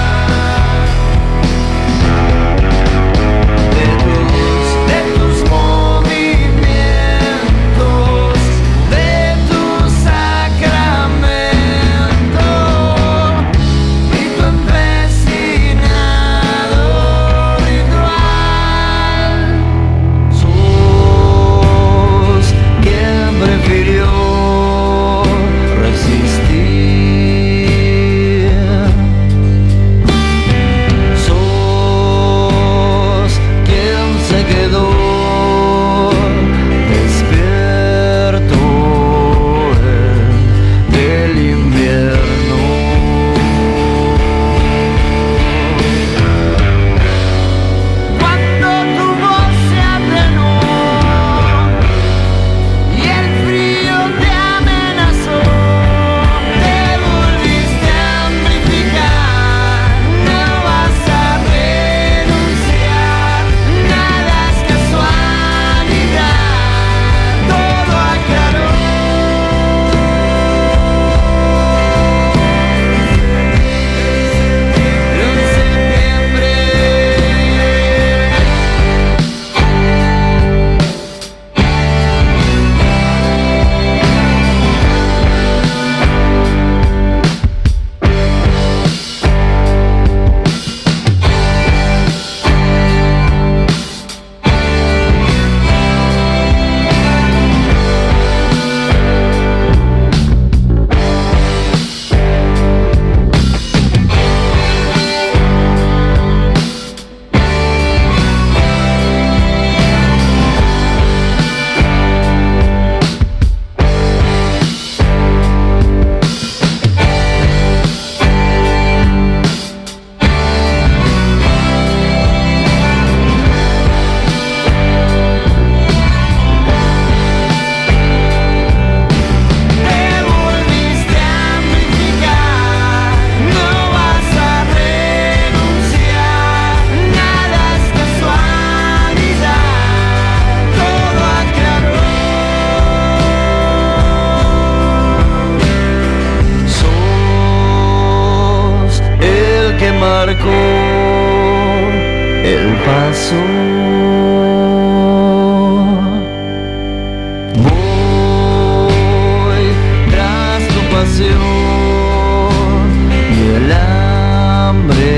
de tus, de tus movimientos, de tu sacramento y tu empecinado ritual. Sos quien prefirió resistir. Sos quien se quedó despierto en el invierno. Cuando tu voz se atenuó y el frío te amenazó, te volviste a amplificar. No vas a renunciar, nada es casualidad, todo aclaró. Pero en septiembre te volviste a amplificar. No vas a renunciar, nada es casualidad, todo aclaró. Sos el que marcó el paso. Voy tras tu pasión y el hambre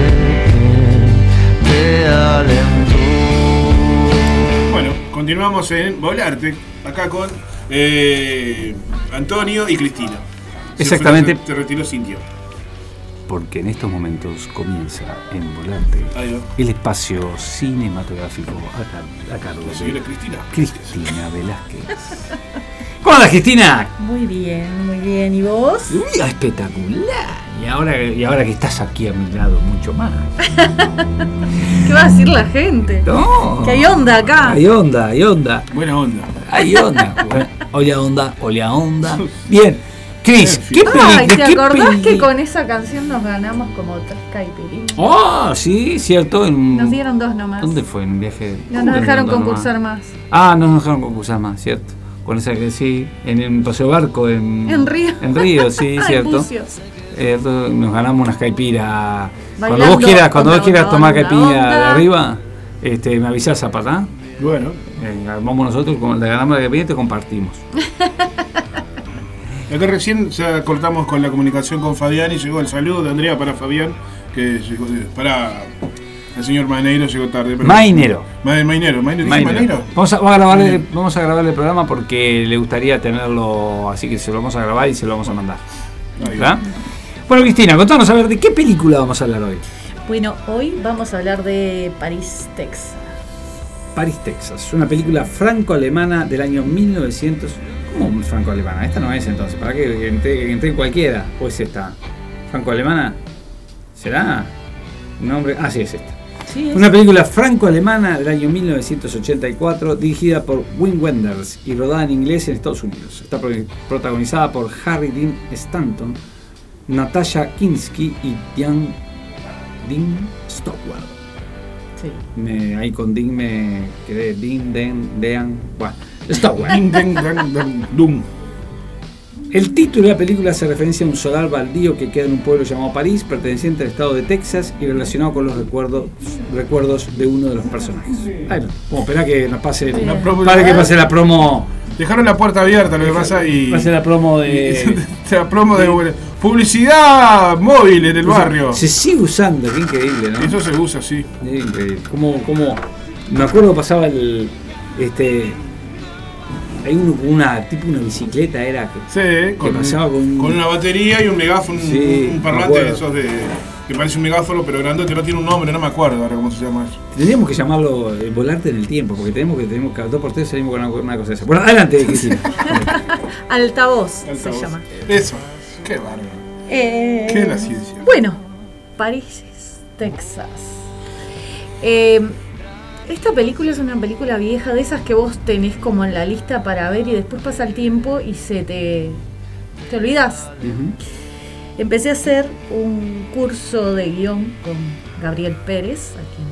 que te alentó. Bueno, continuamos en Volarte, acá con eh, Antonio y Cristina. Se Exactamente. fue- Se retiró Cintia. Porque en estos momentos comienza en Volante Ahí va. el espacio cinematográfico a, car- a cargo La señora de Cristina. Cristina Velázquez. ¿Cómo andas, Cristina? Muy bien, muy bien. ¿Y vos? Uy, espectacular. Y ahora, y ahora que estás aquí a mi lado, mucho más. ¿Qué va a decir la gente? No. Que hay onda acá. Hay onda, hay onda. Buena onda. Hay onda. Bueno, hola onda, hola onda. Bien. Cris, ¿qué peli- Ay, de ¿te qué acordás peli- que con esa canción nos ganamos como tres caipirinas? Oh, sí, cierto. En... Nos dieron dos nomás. ¿Dónde fue? En un viaje. No nos dejaron ¿Dónde concursar nomás? más. Ah, no nos dejaron concursar más, cierto. Con esa que sí, en el paseo barco en, En Río. En Río, sí, Ay, cierto. pucios. Eh, nos ganamos unas caipiras. Cuando Bailando, vos quieras, cuando onda, vos quieras onda, tomar onda, caipira de onda. arriba, este, me avisás, Zapata. Bueno, Eh, vamos nosotros, con, le ganamos la caipira y te compartimos. acá recién ya cortamos con la comunicación con Fabián y llegó el saludo de Andrea para Fabián, que llegó, para el señor Maineiro llegó tarde. pero- Mainero. Ma- Mainero, Mainero, ¿dije Mainero. Maineiro? Vamos a, vamos, a grabarle, vamos a grabarle el programa porque le gustaría tenerlo, así que se lo vamos a grabar y se lo vamos a mandar. Ahí va. ¿Verdad? Bueno, Cristina, contanos a ver de qué película vamos a hablar hoy. Bueno, hoy vamos a hablar de París, Texas. París, Texas, una película franco-alemana del año mil novecientos. ¿Cómo franco-alemana? Esta no es entonces, ¿para qué? Entré, entré en cualquiera. ¿O es esta? ¿Franco-alemana? ¿Será? Nombre. Ah, sí, es esta. Sí, es- Una película franco-alemana del año mil novecientos ochenta y cuatro, dirigida por Wim Wenders y rodada en inglés en Estados Unidos. Está pro- protagonizada por Harry Dean Stanton, Natasha Kinski y Diane Dean Stockwell. Sí. Me, ahí con Dean me quedé. Dean, Den, Dean. Bueno, Stockwell. Ding, ding, dang, dang, dum. El título de la película hace referencia a un solar baldío que queda en un pueblo llamado París, perteneciente al estado de Texas y relacionado con los recuerdos, recuerdos de uno de los personajes. Ay, no, vamos a esperar que nos pase, Bien. La promo- para que pase la promo, Dejaron la puerta abierta, lo que pasa, y. pase la promo de, La promo de publicidad móvil en el barrio. se sigue usando, qué increíble, ¿no? Eso se usa así. Es increíble. Como, como, me acuerdo que pasaba el, este, hay un- una tipo una bicicleta era que Sí, con, pasaba con- con una batería y un megáfono, un, Sí, un me parlante acuerdo. de esos de. Que parece un megáfono, pero grandote, no tiene un nombre, no me acuerdo ahora cómo se llama eso. tendríamos que llamarlo eh, volarte en el tiempo, porque tenemos que tenemos que dos por tres salimos con una, una cosa de esa. Bueno, adelante, Cristina. Altavoz, Altavoz. se llama. Eso, qué bárbaro. Eh, ¿Qué es la ciencia? Bueno, París, Texas. Eh, esta película es una película vieja, de esas que vos tenés como en la lista para ver y después pasa el tiempo y se te, te olvidás. Ujú. Empecé a hacer un curso de guión con Gabriel Pérez,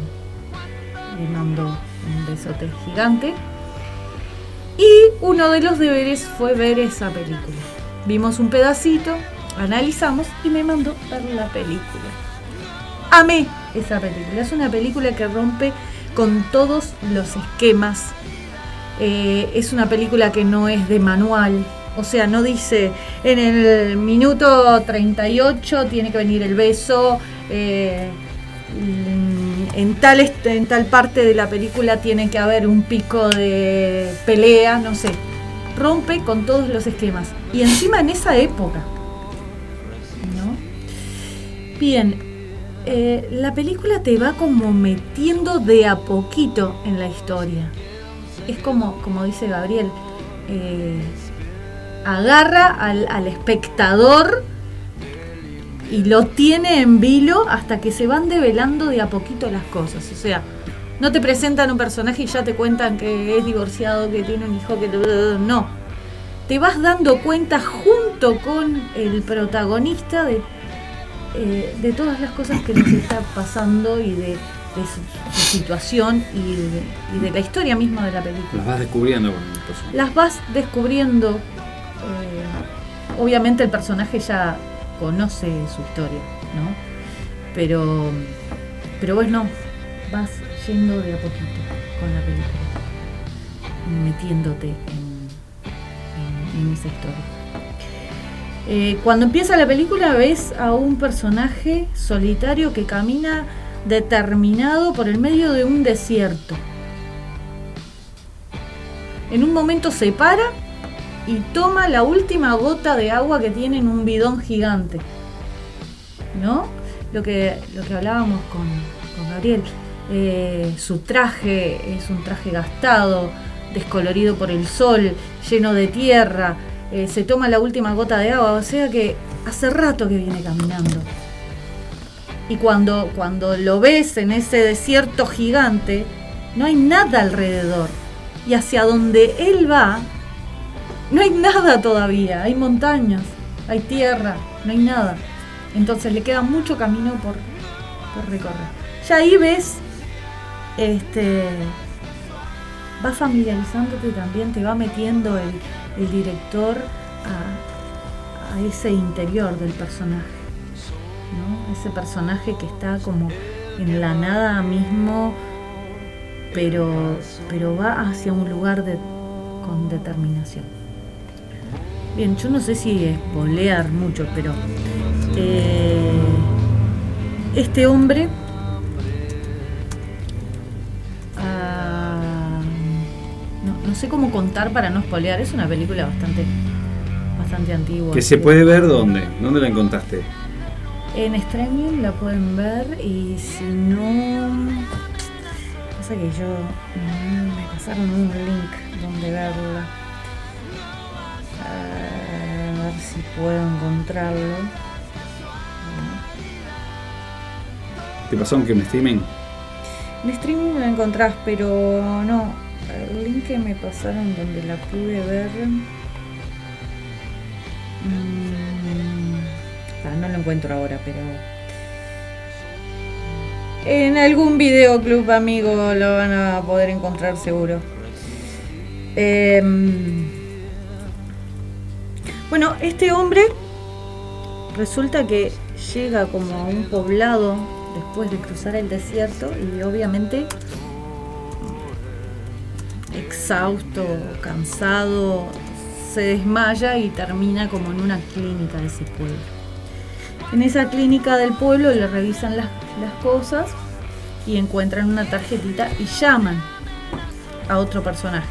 a quien le mando un besote gigante. Y uno de los deberes fue ver esa película. Vimos un pedacito, analizamos y me mandó ver la película. Amé esa película. Es una película que rompe con todos los esquemas. Eh, es una película que no es de manual. O sea, no dice en el minuto treinta y ocho tiene que venir el beso. Eh, en, tal est- en tal parte de la película tiene que haber un pico de pelea. No sé. Rompe con todos los esquemas. Y encima en esa época. ¿No? Bien. Eh, la película te va como metiendo de a poquito en la historia. Es como, como dice Gabriel, eh, agarra al, al espectador y lo tiene en vilo hasta que se van develando de a poquito las cosas. O sea, no te presentan un personaje y ya te cuentan que es divorciado, que tiene un hijo, que... No. Te vas dando cuenta junto con el protagonista de... Eh, de todas las cosas que nos está pasando y de, de su, su situación y de, y de la historia misma de la película. Las vas descubriendo con el personaje. Las vas descubriendo. eh, obviamente el personaje ya conoce su historia, ¿no? Pero, pero vos no, vas yendo de a poquito con la película, metiéndote en, en, en esa historia. Eh, cuando empieza la película ves a un personaje solitario que camina determinado por el medio de un desierto. En un momento se para y toma la última gota de agua que tiene en un bidón gigante. ¿No? Lo que, lo que hablábamos con, con Gabriel. Eh, su traje es un traje gastado, descolorido por el sol, lleno de tierra. Eh, se toma la última gota de agua, o sea que hace rato que viene caminando. Y cuando, cuando lo ves en ese desierto gigante, no hay nada alrededor. Y hacia donde él va, no hay nada todavía. Hay montañas, hay tierra, no hay nada. Entonces le queda mucho camino por, por recorrer. Ya ahí ves, este, va familiarizándote también, te va metiendo el el director a, a ese interior del personaje, ¿no? Ese personaje que está como en la nada mismo, pero, pero va hacia un lugar de, con determinación. Bien, yo no sé si es bolear mucho, pero eh, este hombre no sé cómo contar para no spoilear. Es una película bastante bastante antigua. ¿Que se puede ver dónde? ¿Dónde la encontraste? En streaming la pueden ver y si no... Pasa que yo... mm, me pasaron un link donde verla. A ver si puedo encontrarlo. ¿Te pasaron que me streamen? En streaming la encontrás, pero no... El link que me pasaron donde la pude ver, mmm, no lo encuentro ahora, pero En algún videoclub, amigo, lo van a poder encontrar seguro. Eh, bueno, este hombre resulta que llega como a un poblado después de cruzar el desierto y obviamente exhausto, cansado, se desmaya y termina como en una clínica de ese pueblo. En esa clínica del pueblo le revisan las, las cosas y encuentran una tarjetita y llaman a otro personaje,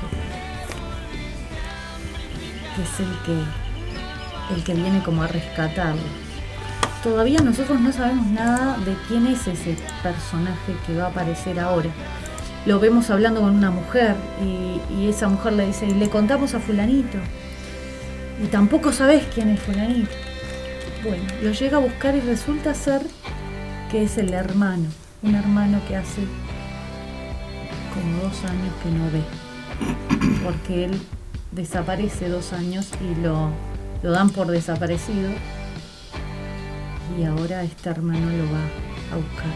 que es el que, el que viene como a rescatarlo. Todavía nosotros no sabemos nada de quién es ese personaje que va a aparecer ahora. Lo vemos hablando con una mujer y, y esa mujer le dice, y le contamos a fulanito. Y tampoco sabés quién es fulanito. Bueno, lo llega a buscar y resulta ser que es el hermano. Un hermano que hace como dos años que no ve. Porque él desaparece dos años y lo, lo dan por desaparecido. Y ahora este hermano lo va a buscar.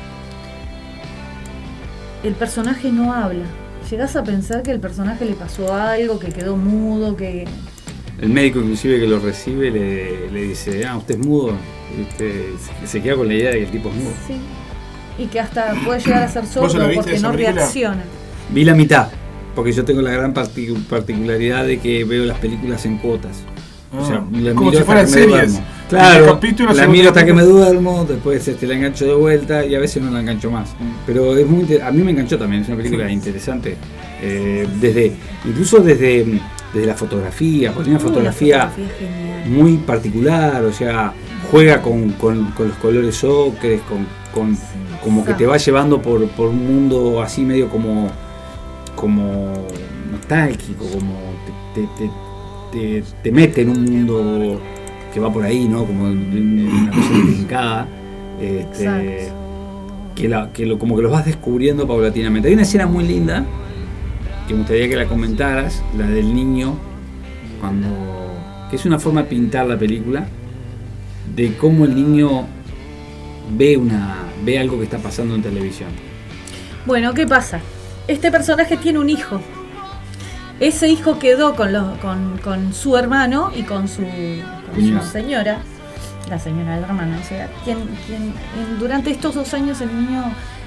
El personaje no habla. Llegás a pensar que el personaje le pasó algo, que quedó mudo, que... El médico inclusive que lo recibe le, le dice, ah, usted es mudo. Y usted se queda con la idea de que el tipo es mudo. Sí. Y que hasta puede llegar a ser sordo porque no película? reacciona. Vi la mitad, porque yo tengo la gran partic- particularidad de que veo las películas en cuotas. O sea, la como miro si hasta fueran que me series. duermo. Claro, Capítulo, la segundo miro hasta que me capítulo. duermo, después este, la engancho de vuelta y a veces no la engancho más. Pero es muy inter- a mí me enganchó también, es una película interesante. Eh, desde Incluso desde, desde la fotografía, porque tiene una Uy, la fotografía fotografía es genial. muy particular, o sea, juega con, con, con los colores ocres, con, con como que te va llevando por, por un mundo así medio como, como nostálgico, como te, te, te, te, te mete en un mundo que va por ahí, ¿no? Como una cosa intrincada, este, que, la, que lo, como que los vas descubriendo paulatinamente. Hay una escena muy linda que me gustaría que la comentaras, la del niño, cuando que es una forma de pintar la película, de cómo el niño ve una ve algo que está pasando en televisión. Bueno, ¿qué pasa? Este personaje tiene un hijo. Ese hijo quedó con, los, con, con su hermano y con su, con su señora, la señora del hermano. O sea, quien, quien en, durante estos dos años el niño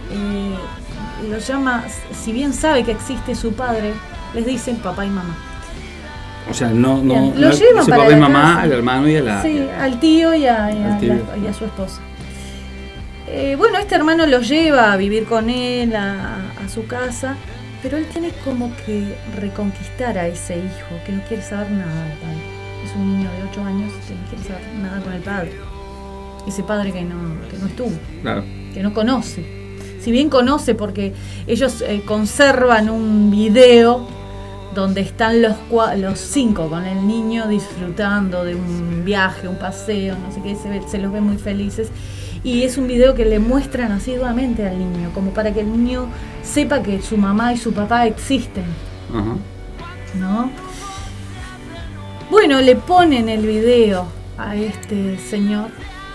eh, lo llama, si bien sabe que existe su padre, les dicen papá y mamá. O sea, no, no, Bien, lo no llevan dice para papá y la mamá, casa. al hermano y a la... Sí, al tío y a, y a, al tío. la- y a su esposa. Eh, bueno, este hermano lo lleva a vivir con él a, a su casa, pero él tiene como que reconquistar a ese hijo que no quiere saber nada del padre. Es un niño de ocho años que no quiere saber nada con el padre. Ese padre que no, que no estuvo, Claro. que no conoce. Si bien conoce porque ellos eh, conservan un video donde están los, cua- los cinco con el niño disfrutando de un viaje, un paseo, no sé qué, se, ve- se los ve muy felices. Y es un video que le muestran asiduamente al niño, como para que el niño sepa que su mamá y su papá existen, Ajá. ¿no? Bueno, le ponen el video a este señor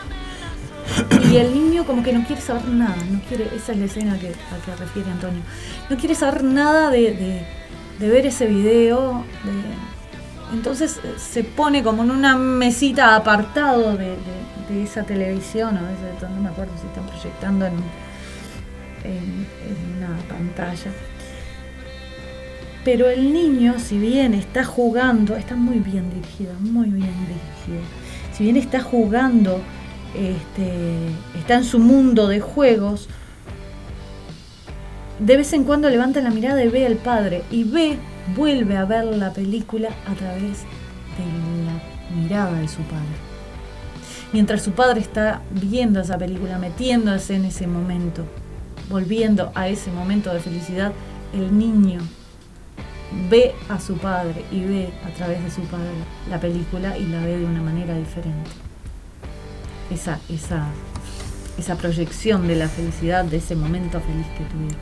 y el niño como que no quiere saber nada, no quiere, esa es la escena que, a que refiere Antonio, no quiere saber nada de, de, de ver ese video, de- entonces eh, se pone como en una mesita apartado de, de- de esa televisión, o de ese, no me acuerdo si están proyectando en, en, en una pantalla. Pero el niño, si bien está jugando, está muy bien dirigido, muy bien dirigido. Si bien está jugando, este, está en su mundo de juegos, de vez en cuando levanta la mirada y ve al padre. Y ve, vuelve a ver la película a través de la mirada de su padre. Mientras su padre está viendo esa película, metiéndose en ese momento, volviendo a ese momento de felicidad, el niño ve a su padre y ve a través de su padre la película y la ve de una manera diferente. Esa, esa, esa proyección de la felicidad, de ese momento feliz que tuvieron.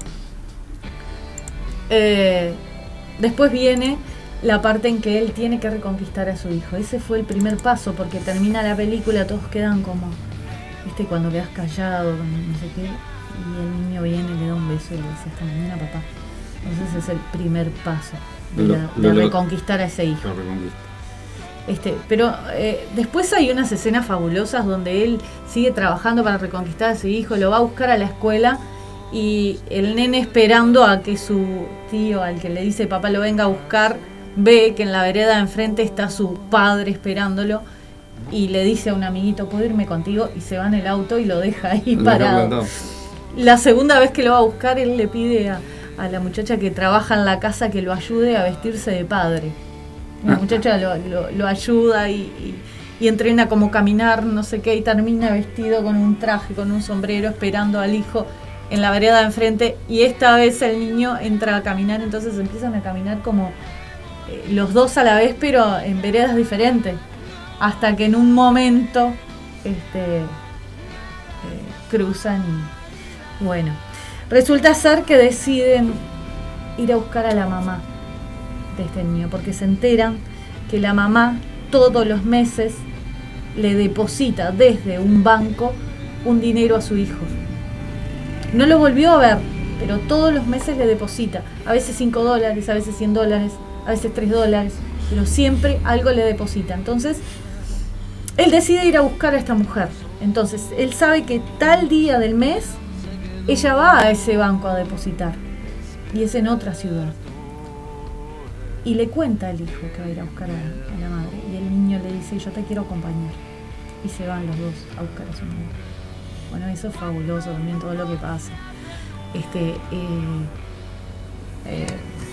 Eh, después viene la parte en que él tiene que reconquistar a su hijo. Ese fue el primer paso, porque termina la película, todos quedan como, viste, cuando quedas callado, no sé qué, y el niño viene, le da un beso y le dice hasta mañana, papá. Entonces es el primer paso de, Lo- la- lo- de lo- reconquistar a ese hijo. Lo reconquista. Este, pero eh, después hay unas escenas fabulosas donde él sigue trabajando para reconquistar a su hijo, lo va a buscar a la escuela y el nene esperando a que su tío, al que le dice papá lo venga a buscar, ve que en la vereda de enfrente está su padre esperándolo y le dice a un amiguito, ¿puedo irme contigo? Y se va en el auto y lo deja ahí Lo parado. deja plantado. La segunda vez que lo va a buscar, él le pide a, a la muchacha que trabaja en la casa que lo ayude a vestirse de padre. La Ah. muchacha lo, lo- lo ayuda y, y- y entrena como caminar, no sé qué, y termina vestido con un traje, con un sombrero, esperando al hijo en la vereda de enfrente. Y esta vez el niño entra a caminar, entonces empiezan a caminar como eh, los dos a la vez, pero en veredas diferentes. Hasta que en un momento este, eh, cruzan y bueno, resulta ser que deciden ir a buscar a la mamá de este niño, porque se enteran que la mamá todos los meses le deposita desde un banco un dinero a su hijo. No lo volvió a ver, pero todos los meses le deposita, a veces cinco dólares, a veces cien dólares, a veces tres dólares, pero siempre algo le deposita. Entonces, él decide ir a buscar a esta mujer. Entonces, él sabe que tal día del mes ella va a ese banco a depositar, y es en otra ciudad. Y le cuenta al hijo que va a ir a buscar a, a la madre. Y el niño le dice, yo te quiero acompañar. Y se van los dos a buscar a su madre. Bueno, eso es fabuloso también, todo lo que pasa. Este, eh, eh,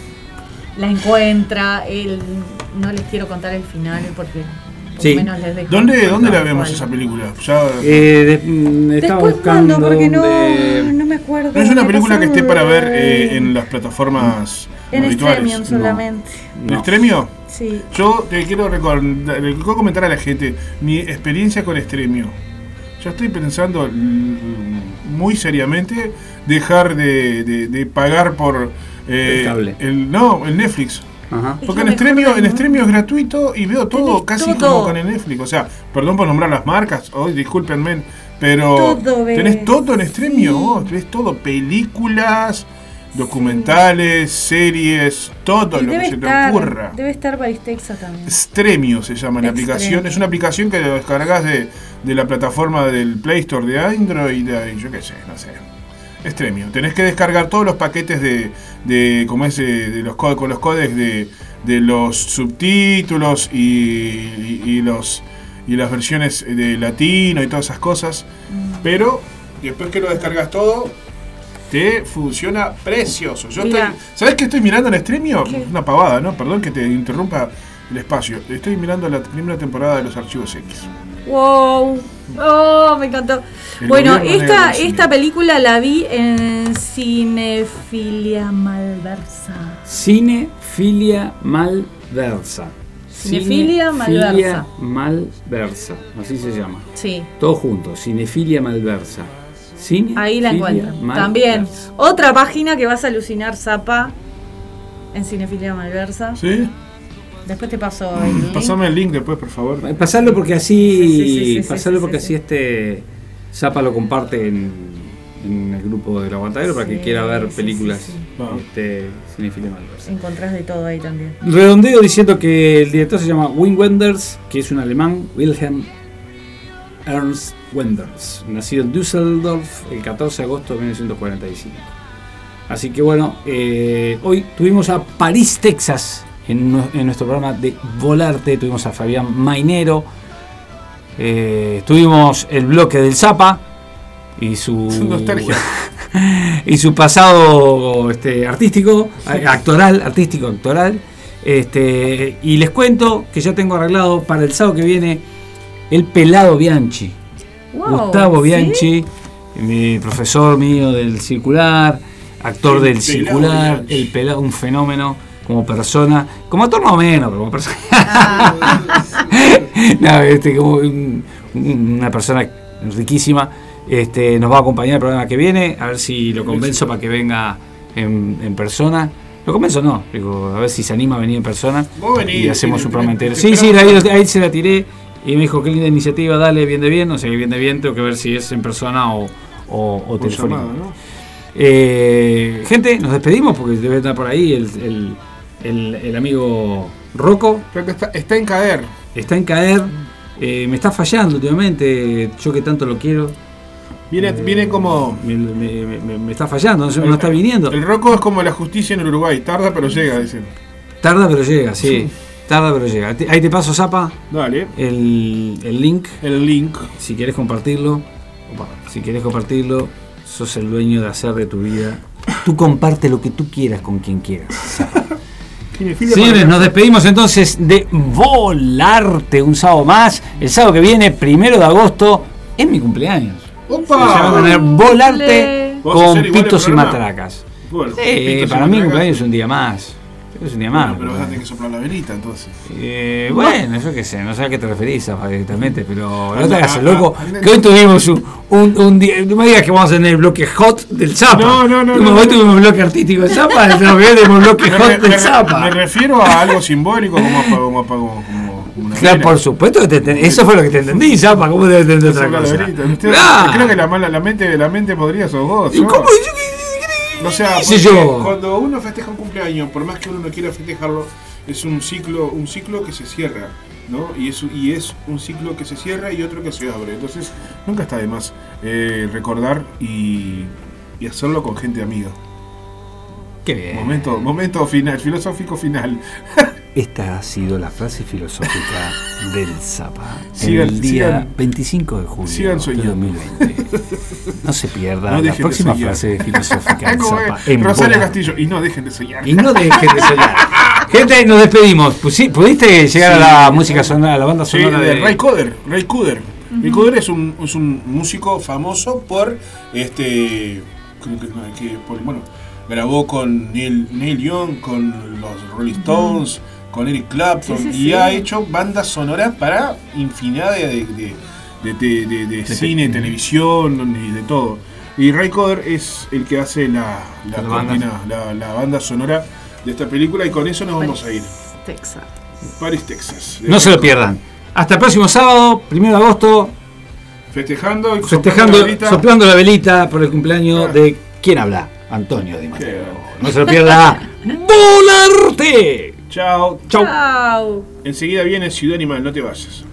la encuentra, él, no les quiero contar el final porque por Sí. lo menos les dejo. ¿Dónde, ¿dónde la cuál. vemos esa película? Ya, Eh, de- mm, estaba Después buscando mando porque no, dónde- no me acuerdo. no es una Me película que pasaron esté para ver de- eh, en las plataformas en habituales. Streamium solamente. ¿En No. Extremio? Sí. Yo te quiero, recordar, le quiero comentar a la gente mi experiencia con Extremio. Yo estoy pensando mm, muy seriamente dejar de, de- de pagar por eh, El cable. el no el Netflix. Ajá. Es Porque lo en mejor Extremio, del en mundo. Extremio es gratuito y veo todo Tenés casi todo. como con el Netflix. O sea, perdón por nombrar las marcas, hoy discúlpenme, pero Todo ves. tenés todo en Extremio, Sí. vos, ves todo, películas, documentales, series, todo Y lo que debe se te estar, ocurra. debe estar Baristexa también. Stremio se llama la Extremio. aplicación. Es una aplicación que lo descargas de, de la plataforma del Play Store de Android, de, yo qué sé, no sé. Stremio. Tenés que descargar todos los paquetes de, de como es, de, de los co- con los códecs de, de los subtítulos y, y, y los y las versiones de latino y todas esas cosas. Pero después que lo descargas todo, te funciona precioso. Yo Mira. estoy, ¿sabes qué estoy mirando en Extremio? ¿Qué? Una pavada, ¿no? Perdón que te interrumpa el espacio. Estoy mirando la primera temporada de los Archivos X. ¡Wow! ¡Oh, me encantó! El Bueno, gobierno negro esta, del cine. esta película la vi en Cinefilia Malversa. Cinefilia Malversa. Cinefilia Malversa. Malversa, así se llama. Sí, Todo junto, Cinefilia Malversa. Cinefilia ahí la encuentran. Malversa. También, otra página que vas a alucinar, Zapa, en Cinefilia Malversa. ¿Sí? Después te paso el link. Pasame el link después, por favor. Eh, Pasarlo porque así, Sí, sí, sí, sí, sí, pasarlo sí, porque sí, así sí. este Zapa lo comparte en, en el grupo del Aguantadero para que Sí, quiera ver sí, películas sí, sí. este, Cinefilia Malversa. Encontrás de todo ahí también. Redondeo diciendo que el director se llama Wim Wenders, que es un alemán, Wilhelm Ernst Wenders, nacido en Düsseldorf el catorce de agosto de mil novecientos cuarenta y cinco. Así que bueno, eh, hoy tuvimos a París, Texas, en, nu- en nuestro programa de Volarte. Tuvimos a Fabián Mainero, eh, tuvimos el bloque del Zapa y su Nostalgia. y su pasado este, artístico, eh, actoral, artístico, actoral. Este, y les cuento que ya tengo arreglado para el sábado que viene el Pelado Bianchi. Wow, Gustavo ¿sí? Bianchi, mi profesor mío del circular, actor El del Pelado circular, Bianchi. el pelado, un fenómeno como persona, como actor más o menos, pero como persona. No, este, como un- un- una persona riquísima. Este, nos va a acompañar el programa que viene, a ver si lo convenzo para que venga en, en persona. Lo convenzo no, digo, a ver si se anima a venir en persona Vos venís, y hacemos sí, un programa te- entero. te Sí, sí, esperamos. ahí, ahí se la tiré y me dijo qué linda iniciativa, dale, bien de bien, no sé, bien de bien, tengo que ver si es en persona o, o, o telefónico. llamada, ¿no? Eh, gente, nos despedimos porque debe estar por ahí el, el, el, el amigo Rocco. Creo que está, está en caer. Está en caer. Eh, me está fallando últimamente. Yo que tanto lo quiero. Viene, eh, viene como. Me, me, me, me está fallando, no, no está viniendo. El Rocco es como la justicia en el Uruguay. Tarda pero llega, dicen. Tarda pero llega, sí. Tarda pero llega. Ahí te paso, Zapa. Dale. El, el link. El link. Si querés compartirlo. Opa, si querés compartirlo, sos el dueño de hacer de tu vida. Tú comparte lo que tú quieras con quien quieras. Señores, nos despedimos entonces de Volarte un sábado más. El sábado que viene, primero de agosto, es mi cumpleaños. ¡Opa! Se va a poner Volarte con pitos y programa? matracas. Bueno, Eh, para mí, cumpleaños es un día más. Es un día más. Bueno, pero vas a tener que soplar la velita entonces. Eh, bueno, yo qué sé, no sé a qué te referís directamente, pero no te Anda, hagas el a- loco. a- Que hoy tuvimos un, un, un día. No me digas que vamos a tener el bloque hot del Zapa. No, no, no, Tuvimos- no, Hoy no. tuvimos un bloque artístico del Zapa, el sábado que viene tenemos un bloque Me, hot re- del me- Zapa. me refiero a algo simbólico como, apa- como, apa- como, como una Claro, vela. por supuesto que te entendí. Eso fue lo que te entendí, Zapa. ¿Cómo te entendí otra Soplar la cosa? velita. Usted- Ah. Creo que la, mala, la, mente, la mente podría sos vos. ¿Y ¿no? cómo? O sea, ¿Qué sé porque yo? cuando uno festeja un cumpleaños, por más que uno no quiera festejarlo, es un ciclo, un ciclo que se cierra, ¿no? Y es, y es un ciclo que se cierra y otro que se abre. Entonces, nunca está de más eh, recordar y, y hacerlo con gente amiga. Qué bien. Momento, momento final, filosófico final. Esta ha sido la frase filosófica del Zapa. Sigan- el día sigan- veinticinco de julio sigan de soñando. dos mil veinte. No se pierda No la dejen de próxima soñar. frase filosófica del Como Zapa. es, en Rosario Volante. Castillo, y no dejen de soñar. Y no dejen de soñar. Gente, nos despedimos. Pues sí, ¿pudiste llegar Sí. a la música sonora, a la banda Sí, sonora de de Ray Cooder. Ray Cooder. Ray Cooder es un, es un músico famoso por este. creo que- que por- bueno, grabó con Neil, Neil Young, con los Rolling Stones, con Eric Clapton, Sí, sí, y sí. ha hecho bandas sonoras para infinidad de, de, de, de- de- de- de cine, televisión y de todo. Y Ray Cooder es el que hace la, la, La banda. cortina, la, la banda sonora de esta película, y con eso nos vamos a ir. Texas. Paris, Texas. No se lo pierdan. Hasta el próximo sábado, primero de agosto, Festejando y festejando, soplando la velita. soplando la velita por el cumpleaños Ah. de ¿quién habla? Antonio Di Matteo. Qué No se lo pierda. ¡Volarte! Chao. Chau. Chao. Enseguida viene Ciudad Animal, no te vayas.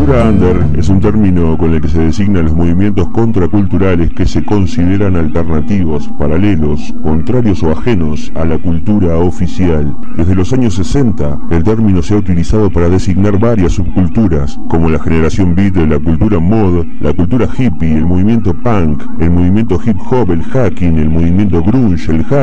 cultura under es un término con el que se designan los movimientos contraculturales que se consideran alternativos, paralelos, contrarios o ajenos a la cultura oficial. Desde los años sesenta, el término se ha utilizado para designar varias subculturas, como la generación beat, la cultura mod, la cultura hippie, el movimiento punk, el movimiento hip hop, el hacking, el movimiento grunge, el